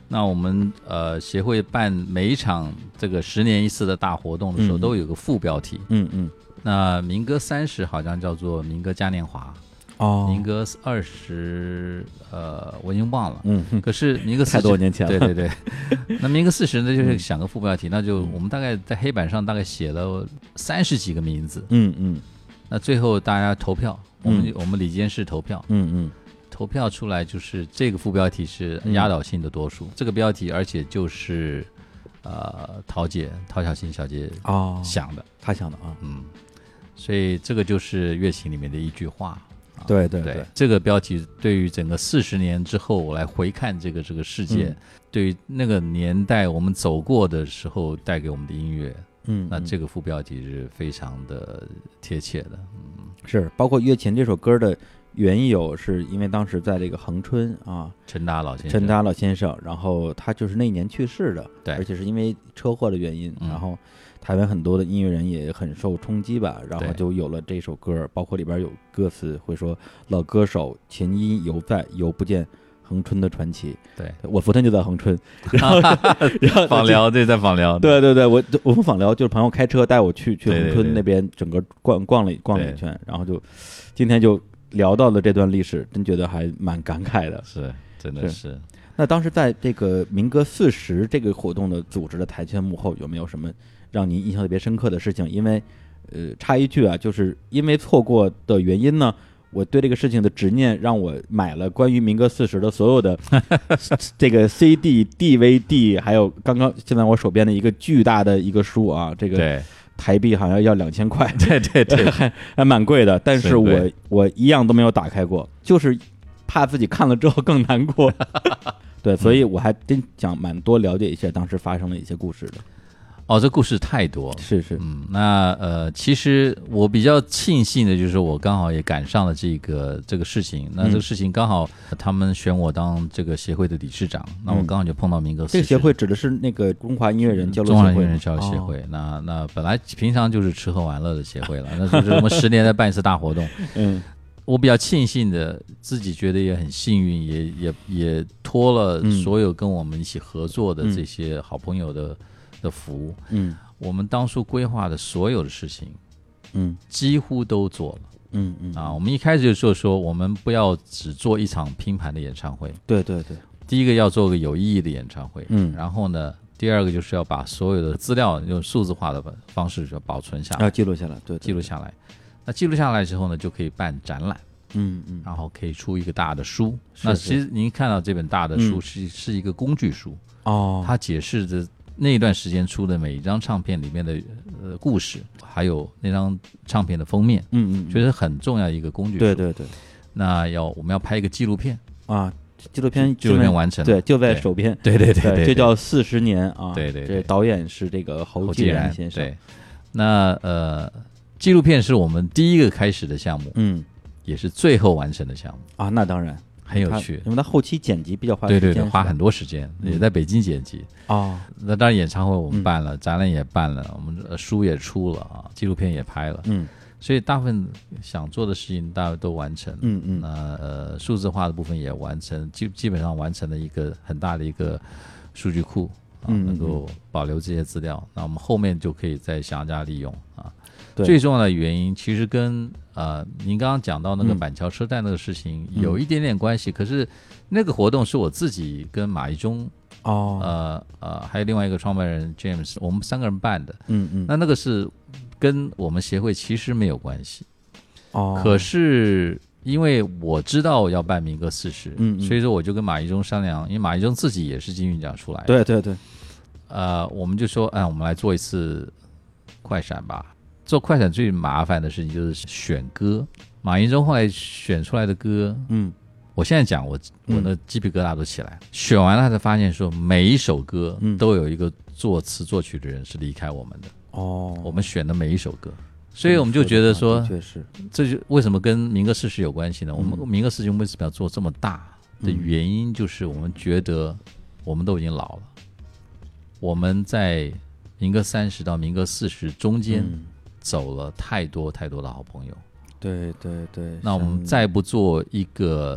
那我们呃协会办每一场这个十年一次的大活动的时候， 嗯都有个副标题。 嗯嗯， 那民歌三十好像叫做民歌嘉年华， 哦， 民歌二十呃我已经忘了， 嗯， 可是民歌四十太多年前了， 对对对。那民歌四十呢，就是想个副标题，那就我们大概在黑板上大概写了三十几个名字， 嗯嗯那最后大家投票，我们、我们里监事投票， 嗯嗯， 投票出来就是这个副标题是压倒性的多数，这个标题而且就是呃陶姐陶小琴小姐哦想的， 他想的啊， 嗯，所以这个就是乐琴里面的一句话。啊对对对对， 这个标题对于整个四十年之后我来回看这个这个世界， 嗯对于那个年代我们走过的时候带给我们的音乐， 嗯， 那这个个副标题是非常的贴切的。 是包括《月琴》这首歌的缘由，是因为当时在这个恒春啊， 陈达老先生， 陈达老先生，然后他就是那一年去世的， 对而且是因为车祸的原因， 嗯然后台湾很多的音乐人也很受冲击吧，然后对就有了这首歌，包括里边有歌词会说老歌手琴音犹在，犹不见恒春的传奇。 对， 我昨天就在恒春，然后然后访寮，对，在访寮， 对对对，我我们访寮就是朋友开车带我去去对对对恒春那边整个逛逛了逛了一圈，然后就今天就聊到了这段历史，真觉得还蛮感慨的。 是真的是。 是那当时在这个民歌四十这个活动的组织的台前幕后，有没有什么让您印象特别深刻的事情？因为呃，插一句啊，就是因为错过的原因呢，我对这个事情的执念让我买了关于民歌四十的所有的这个 C D、D V D， 还有刚刚现在我手边的一个巨大的一个书啊，这个对台币好像要两千块， 对对对， 还还蛮贵的，但是我是贵我一样都没有打开过，就是怕自己看了之后更难过。对，所以我还真想蛮多了解一下当时发生的一些故事的。 哦，这故事太多了。 是是， 嗯，那呃，其实我比较庆幸的就是我刚好也赶上了这个这个事情。那这个事情刚好他们选我当这个协会的理事长，那我刚好就碰到民歌四十。 这个协会指的是那个中华音乐人交流协会吗， 中华音乐人交流协会。 哦那那本来平常就是吃喝玩乐的协会了，那就是我们十年再办一次大活动。 嗯我比较庆幸的，自己觉得也很幸运，也也也托了所有跟我们一起合作的这些好朋友的、的福。 嗯我们当初规划的所有的事情， 嗯几乎都做了。 嗯嗯啊，我们一开始就说说，我们不要只做一场拼盘的演唱会。 对对对， 第一个要做个有意义的演唱会， 嗯然后呢，第二个就是要把所有的资料用数字化的方式就保存下来， 要记录下来，对，对记录下来。那记录下来之后呢，就可以办展览。 嗯嗯然后可以出一个大的书。 是是那其实您看到这本大的书嗯是、是一个工具书， 哦， 它解释着那一段时间出的每一张唱片里面的呃故事，还有那张唱片的封面， 嗯嗯， 觉得很重要一个工具书。 对对对那要我们要拍一个纪录片， 啊，纪录片纪录片完成了， 对，就在对手边。 对对对对， 这叫四十年啊！ 对对对这导演是这个侯继侯继然先生。 对，那呃，纪录片是我们第一个开始的项目， 嗯也是最后完成的项目， 啊，那当然他很有趣。 因为他后期剪辑比较花对时间， 对对，花很多多时间， 嗯也在北京剪辑。 哦， 那当然，演唱会我们嗯办了，展览也办了，我们呃书也出了啊，纪录片也拍了， 嗯所以大部分想做的事情大家都完成。 嗯嗯那呃，数字化的部分也完成，基基本上完成了一个很大的一个数据库啊， 嗯嗯能够保留这些资料。那我们后面就可以再详加利用啊。 对最重要的原因其实跟呃您刚刚讲到那个嗯板桥车站那个事情嗯有一点点关系，可是那个活动是我自己跟马一中。 哦， 呃呃，还有另外一个创办人 James，我们三个人办的。 嗯嗯， 那那个是跟我们协会其实没有关系， 哦， 可是因为我知道要办民歌四十， 嗯嗯所以说我就跟马一中商量，因为马一中自己也是金韵奖出来的， 对对对， 呃，我们就说，哎，我们来做一次快闪吧。做快闪最麻烦的事情就是选歌，马一中后来选出来的歌， 嗯我现在讲我我的鸡皮疙瘩都起来，选完了才发现说每一首歌嗯都有一个作词作曲的人是离开我们的， 哦， 我们选的每一首歌，所以我们就觉得说的确是， 这就为什么跟民歌四十有关系呢？我们嗯民歌四十为什么要做这么大的原因，就是我们觉得我们都已经老了，我们在民歌三十到民歌四十中间嗯走了太多太多的好朋友， 对对对， 那我们再不做一个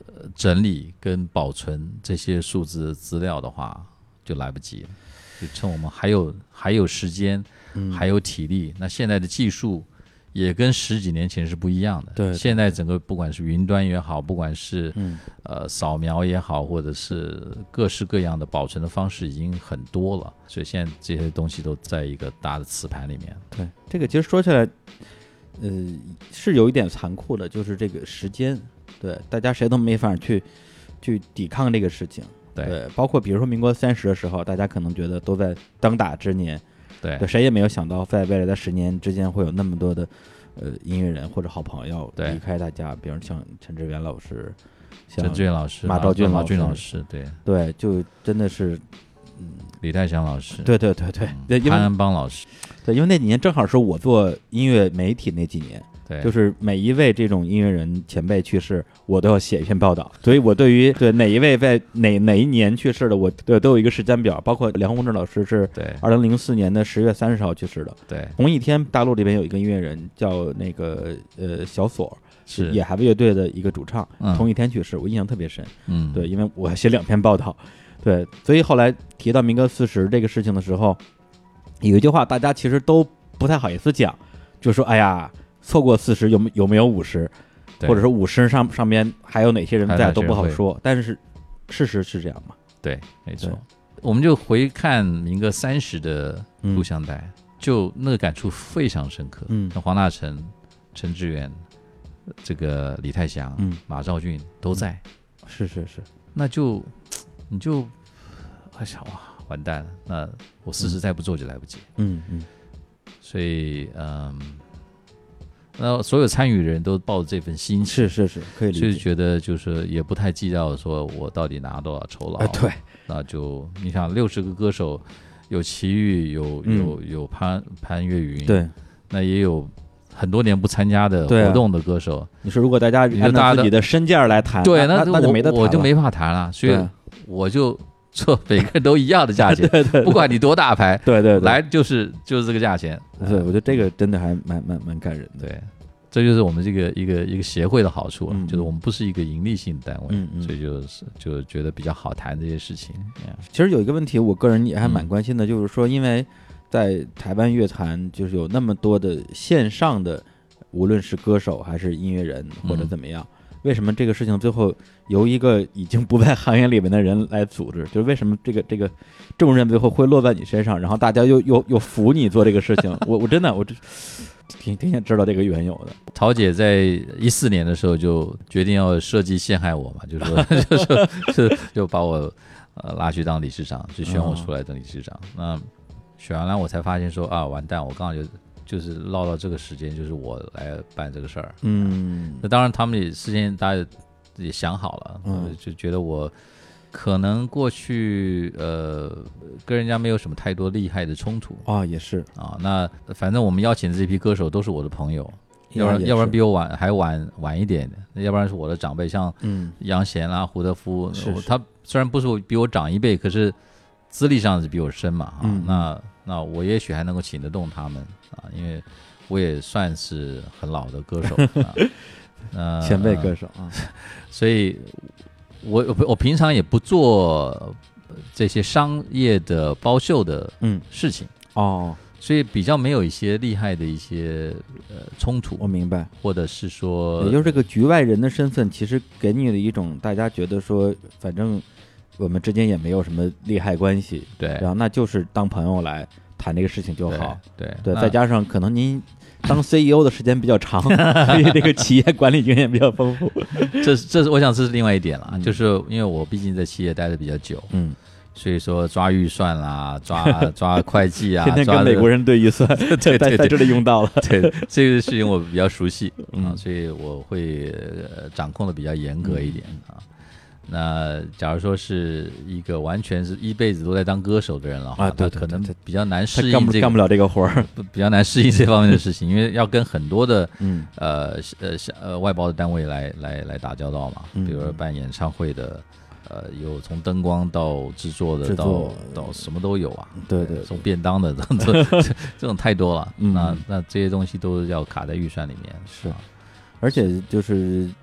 整理跟保存这些数字资料的话，就来不及了。就趁我们还有还有时间，嗯、还有体力，那现在的技术也跟十几年前是不一样的。 对， 现在整个不管是云端也好，不管是、嗯、呃扫描也好，或者是各式各样的保存的方式已经很多了，所以现在这些东西都在一个大的磁盘里面。 对，这个其实说起来，呃，是有一点残酷的，就是这个时间，对大家谁都没法去去抵抗这个事情。对, 对，包括比如说民国三十的时候，大家可能觉得都在当打之年， 对， 对谁也没有想到，在未来的十年之间会有那么多的呃音乐人或者好朋友离开大家，比如像陈志远老师、 陈志远老师、 马兆骏老师、老师，对对，就真的是， 嗯，李泰祥老师， 对对对对，对， 潘安邦老师， 对，因为那几年正好是我做音乐媒体那几年。对，就是每一位这种音乐人前辈去世，我都要写一篇报道。所以我对于对哪一位在哪哪一年去世的，我对都有一个时间表。包括梁鸿志老师是二零零四年的十月三十号去世的。 对， 同一天大陆这边有一个音乐人叫那个呃小锁，是野孩子乐队的一个主唱， 嗯、 同一天去世，我印象特别深。 嗯， 对，因为我写两篇报道。对，所以后来提到民歌四十这个事情的时候，有一句话大家其实都不太好意思讲，就说哎呀。错过四十有没有没有五十，或者说五十上上边还有哪些人在都不好说，但是事实是这样嘛？ 对，没错。我们就回看民歌三十的录像带，嗯、就那个感触非常深刻。嗯，像黄大成、陈志远、这个李泰祥、嗯、马兆骏都在， 嗯、是是是， 那就你就哎呀哇，完蛋了，那我四十再不做就来不及。 嗯嗯， 所以嗯。那所有参与的人都抱着这份心情， 是是是，可以理解， 所以觉得就是也不太计较说我到底拿多少酬劳、 呃。对， 那就你想六十个歌手，有齐豫，有、嗯、有有潘潘越云， 对， 那也有很多年不参加的活动的歌手。 啊、你说如果大家按照自己的身价来谈， 对， 那那就没得谈了， 我就没法谈了，所以我就。做每个人都一样的价钱， 对对对， 不管你多大牌， 对 对, 对， 来就是就是这个价钱。 对，我觉得这个真的还蛮蛮蛮感人的。 对，这就是我们这个一个一个协会的好处了、嗯，就是我们不是一个盈利性单位，嗯嗯，所以就是就觉得比较好谈这些事情。 其实有一个问题，我个人也还蛮关心的，嗯、就是说，因为在台湾乐坛，就是有那么多的线上的，无论是歌手还是音乐人或者怎么样。嗯，为什么这个事情最后由一个已经不在行业里面的人来组织？就是为什么这个这个重任最后会落在你身上，然后大家又又又服你做这个事情？我我真的我这挺挺想知道这个缘由的。 陶姐在一四年的时候就决定要设计陷害我嘛，就是说就是就就把我呃拉去当理事长，就选我出来当理事长。哦、那选完了我才发现说啊完蛋，我刚好就。就是落到这个时间，就是我来办这个事儿。嗯，那当然他们也事先大家也想好了，嗯，就觉得我可能过去呃跟人家没有什么太多厉害的冲突啊，也是啊。那反正我们邀请的这批歌手都是我的朋友，要不然要不然比我晚还晚晚一点的，要不然是我的长辈，像嗯杨贤啦、胡德夫， 是是他虽然不是比我长一辈，可是资历上是比我深嘛啊。嗯、那那我也许还能够请得动他们。啊，因为我也算是很老的歌手啊，呃， 前辈歌手啊， 所以我我平常也不做这些商业的包秀的事情、 嗯、哦， 所以比较没有一些厉害的一些呃冲突。 我明白， 或者是说， 也就是这个局外人的身份，其实给你的一种大家觉得说，反正我们之间也没有什么利害关系， 对， 然后那就是当朋友来。谈这个事情就好， 对对, 对，再加上可能您当 C E O 的时间比较长，所以这个企业管理经验比较丰富。 这这是我想这是另外一点了、嗯，就是因为我毕竟在企业待的比较久，嗯，所以说抓预算啦，抓抓会计啊， 天天跟美国人对预算， 对对 对, 对， 在这里用到了， 对这个事情我比较熟悉、嗯、啊，所以我会、呃、掌控的比较严格一点、嗯、啊。那假如说是一个完全是一辈子都在当歌手的人了啊， 对， 可能比较难适应、 这个、干不了这个活儿， 比较难适应这方面的事情，因为要跟很多的嗯呃呃呃外包的单位来来来打交道嘛，比如说办演唱会的，呃，有从灯光到制作的到到什么都有啊， 对 对, 对， 从便当的这这种太多了，嗯、那那这些东西都要卡在预算里面， 是，而且就是。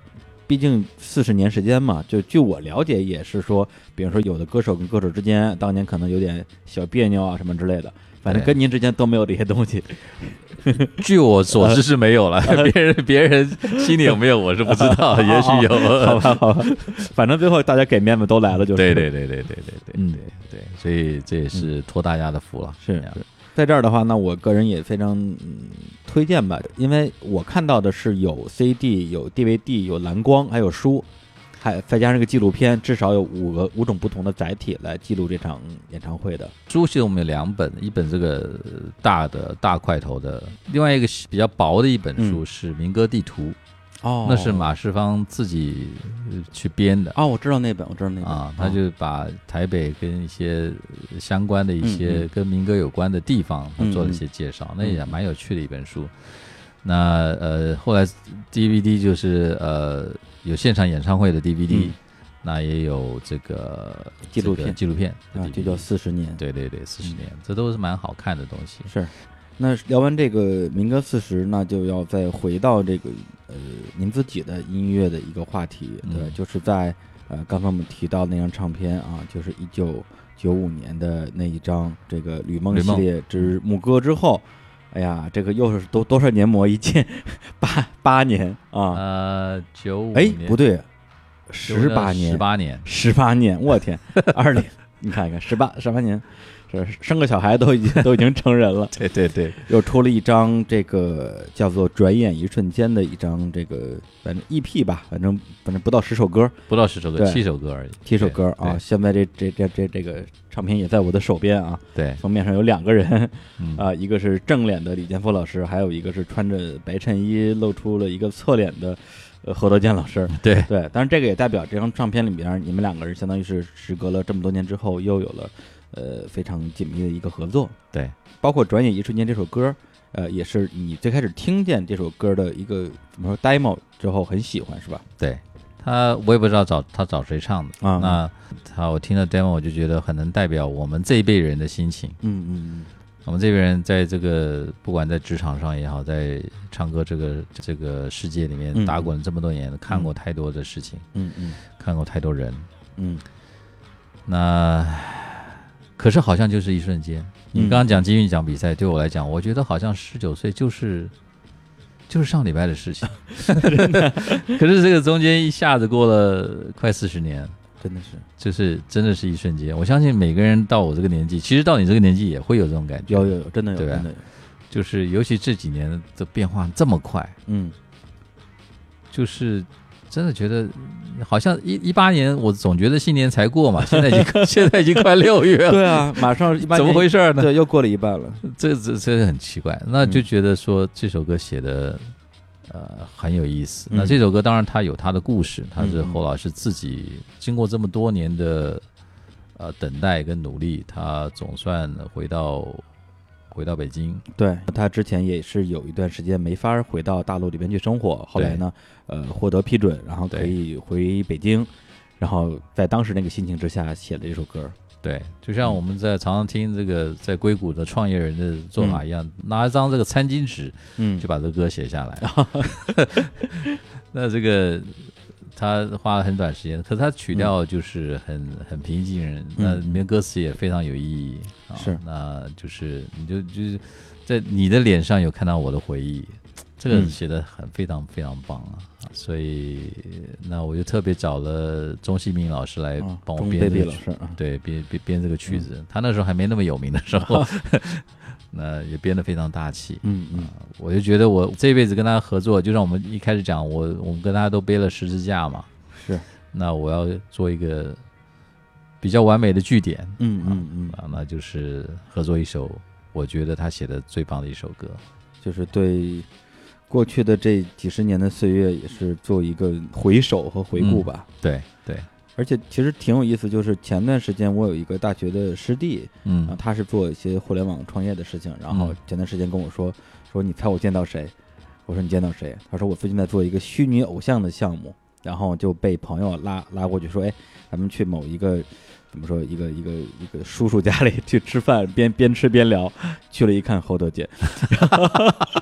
毕竟四十年时间嘛，就据我了解也是说，比如说有的歌手跟歌手之间当年可能有点小别扭啊什么之类的，反正跟您之间都没有这些东西。 据我所知是没有了，别人别人心里有没有我是不知道，也许有。 好吧好吧，反正最后大家给面子都来了，就是。 对对对对对对对嗯对对，所以这也是托大家的福了。 是是。在这儿的话，那我个人也非常、嗯、推荐吧，因为我看到的是有 C D、有 D V D、有蓝光，还有书，还再加上一个纪录片，至少有五个五种不同的载体来记录这场演唱会的。 书其实我们有两本，一本这个大的大块头的，另外一个比较薄的一本书是民歌地图。 哦， 那是马世芳自己去编的。 哦，我知道那本，我知道那本啊，他就把台北跟一些相关的一些跟民歌有关的地方，他做了一些介绍，那也蛮有趣的一本书。那呃，后来 D V D 就是呃有现场演唱会的 D V D，、嗯、那也有这个纪录片， 纪录片啊，就叫四十年。 对对对，四十年、嗯，这都是蛮好看的东西。 是。那聊完这个民歌四十，那就要再回到这个呃您自己的音乐的一个话题，对，嗯、就是在呃刚刚我们提到那张唱片啊，就是一九九五年的那一张这个《旅梦》系列之牧歌之后，哎呀，这个又是多多少年磨一剑，八八年啊， 呃九五哎不对，十八年， 十八年， 十八年，我天，二零，你看一看，十八十八年。是生个小孩都已经都已经成人了， 对对对， 又出了一张这个叫做《转眼一瞬间》的一张这个反正 E P 吧，反正反正不到十首歌， 不到十首歌，七首歌而已， 七首歌啊。现在这这这这这个唱片也在我的手边啊， 对， 封面上有两个人、 嗯、 啊，一个是正脸的李健夫老师，还有一个是穿着白衬衣露出了一个侧脸的呃侯德健老师， 对对，但是这个也代表这张唱片里边你们两个人相当于是时隔了这么多年之后又有了。呃，非常紧密的一个合作， 对， 包括《转眼一瞬间》这首歌，呃，也是你最开始听见这首歌的一个怎么说 demo 之后很喜欢，是吧？ 对，他我也不知道找他找谁唱的啊， 那他我听了 demo 我就觉得很能代表我们这一辈人的心情， 嗯嗯嗯， 我们这辈人在这个不管在职场上也好，在唱歌这个这个世界里面打滚这么多年，嗯、看过太多的事情， 嗯嗯， 看过太多人， 嗯， 那。可是好像就是一瞬间，你刚刚讲金韵奖比赛，对我来讲，我觉得好像十九岁就是就是上礼拜的事情，可是这个中间一下子过了快四十年， 真的是， 就是真的是一瞬间。我相信每个人到我这个年纪，其实到你这个年纪也会有这种感觉， 有有有，真的有， 对吧？ 真的有， 就是尤其这几年的变化这么快， 嗯， 就是真的觉得。好像一一八年，我总觉得新年才过嘛，现在已经现在已经快六月了。 对啊，马上一八年， 怎么回事呢？ 对，又过了一半了。 这这这很奇怪，那就觉得说这首歌写的、嗯、呃很有意思。 嗯、 那这首歌当然它有它的故事，它是侯老师自己经过这么多年的呃等待跟努力，他总算回到。回到北京， 对，他之前也是有一段时间没法回到大陆里边去生活，后来呢，呃，获得批准，然后可以回北京，然后在当时那个心情之下写了这首歌。 对，就像我们在常常听这个在硅谷的创业人的做法一样，嗯、拿一张这个餐巾纸，嗯，就把这个歌写下来。嗯、那这个。他花了很短时间，可是他曲调就是很、嗯、很平易近人，那里面歌词也非常有意义。 嗯啊、是， 那就是你就就是在你的脸上有看到我的回忆，这个写得很非常非常棒啊！嗯、所以那我就特别找了钟锡明老师来帮我编这个曲， 啊、 对，编编编这个曲子。嗯、他那时候还没那么有名的时候。那也编得非常大气， 嗯嗯、 呃，我就觉得我这辈子跟他合作，就像我们一开始讲，我我们跟他都背了十字架嘛， 是， 那我要做一个比较完美的句点， 嗯嗯嗯， 啊，那就是合作一首我觉得他写的最棒的一首歌， 就是对过去的这几十年的岁月也是做一个回首和回顾吧， 嗯、对对。 而且其实挺有意思，就是前段时间我有一个大学的师弟， 嗯， 啊、他是做一些互联网创业的事情，然后前段时间跟我说，说你猜我见到谁？我说你见到谁？他说我最近在做一个虚拟偶像的项目，然后就被朋友拉拉过去说，哎，咱们去某一个怎么说一个一个一个叔叔家里去吃饭，边边吃边聊，去了一看侯德健，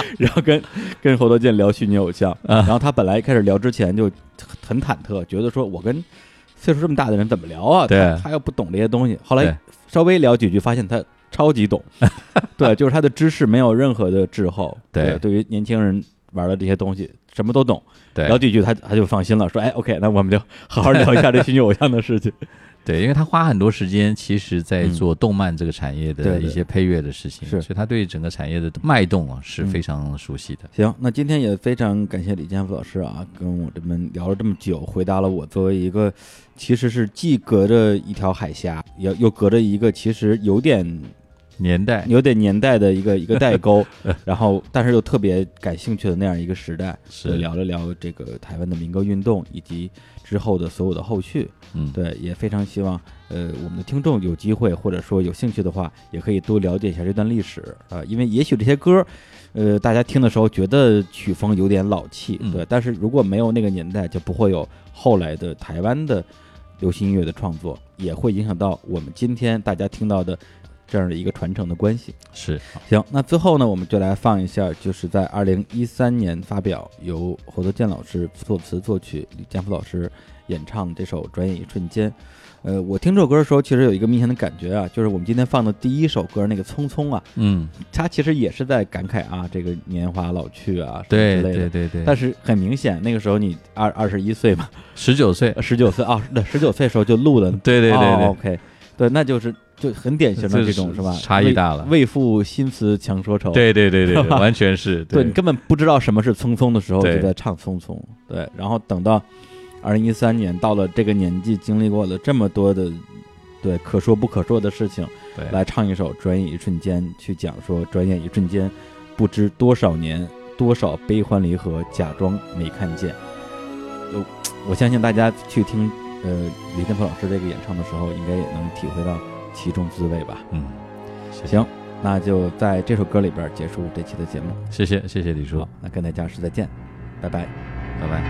然后跟跟侯德健聊虚拟偶像，然后他本来一开始聊之前就很忐忑，觉得说我跟岁数这么大的人怎么聊啊？ 对， 他, 他又不懂这些东西。后来稍微聊几句，发现他超级懂，对，就是他的知识没有任何的滞后。 对， 对，对于年轻人玩的这些东西，什么都懂。 对， 聊几句他他就放心了，说哎 ，OK， 那我们就好好聊一下这虚拟偶像的事情。 对，因为他花很多时间，其实在做动漫这个产业的一些配乐的事情， 嗯、是， 所以他对整个产业的脉动啊是非常熟悉的。 嗯、行，那今天也非常感谢李建福老师啊，跟我们聊了这么久，回答了我作为一个其实是既隔着一条海峡，又又隔着一个其实有点年代、 有点年代的一个一个代沟，然后但是又特别感兴趣的那样一个时代， 是聊了聊这个台湾的民歌运动以及之后的所有的后续。 嗯， 对，也非常希望呃我们的听众有机会或者说有兴趣的话，也可以多了解一下这段历史啊、呃，因为也许这些歌呃大家听的时候觉得曲风有点老气，对、嗯，但是如果没有那个年代，就不会有后来的台湾的流行音乐的创作，也会影响到我们今天大家听到的这样的一个传承的关系。 是， 行，那最后呢，我们就来放一下，就是在二零一三年发表，由侯德健老师作词作曲，李建福老师演唱这首《转眼一瞬间》。呃，我听这首歌的时候，其实有一个明显的感觉啊，就是我们今天放的第一首歌那个《匆匆》啊， 嗯， 它其实也是在感慨啊，这个年华老去啊， 对什么之类的。 对对对。 但是很明显，那个时候你二二十一岁嘛， 十九岁， 十九岁啊，对，十九岁的时候就录了， 对对对对、 哦、，OK， 对，那就是就很典型的这种是吧？ 差异大了， 为赋新词强说愁。 对对对对，对完全是。 对, 对你根本不知道什么是匆匆的时候，就在唱匆匆。对，然后等到二零一三年到了这个年纪，经历过了这么多的对可说不可说的事情， 对， 来唱一首《转眼一瞬间》，去讲说转眼一瞬间，不知多少年，多少悲欢离合，假装没看见。我相信大家去听呃李建福老师这个演唱的时候，应该也能体会到其中滋味吧。 嗯， 行，那就在这首歌里边结束这期的节目。 谢谢谢谢李叔， 那跟大家说再见，拜拜， 拜拜。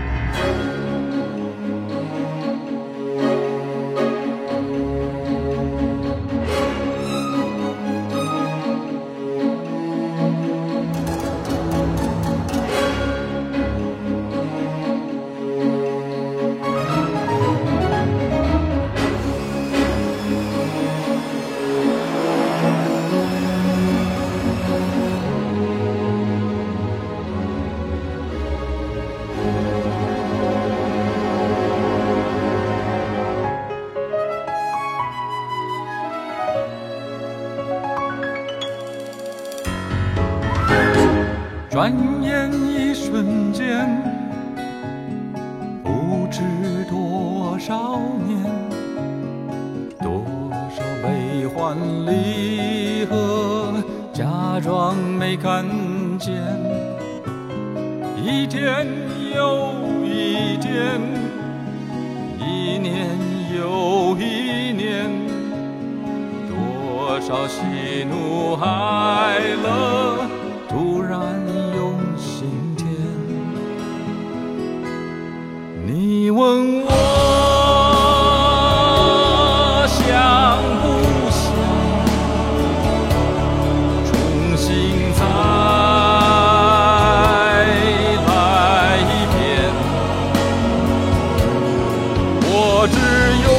转眼一瞬间，不知多少年，多少悲欢离合，假装没看见。一天又一天，一年又一年，多少喜怒哀乐，突然涌心田。你问我想不想重新再来一遍，我只有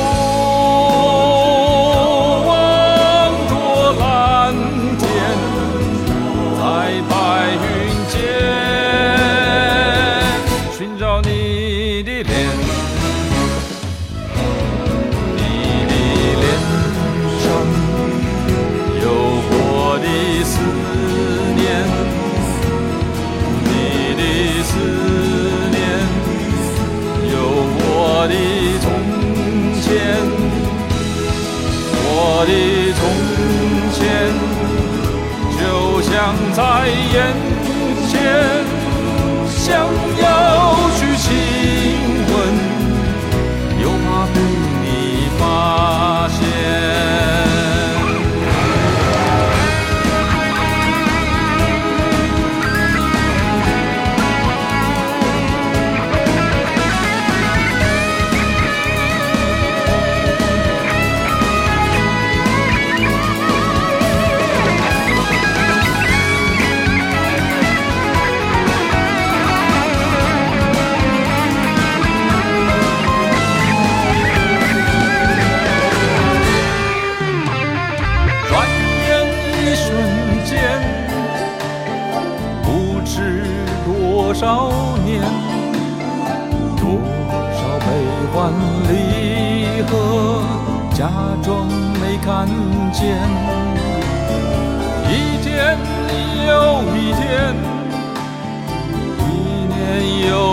望着蓝天，在白云间寻找你的脸，你的脸上有我的思念，你的思念有我的从前，我的从前就像在眼前，想要去亲吻，又怕被你发现。 念，多少悲欢离合假装没看见，一天又一天，一年又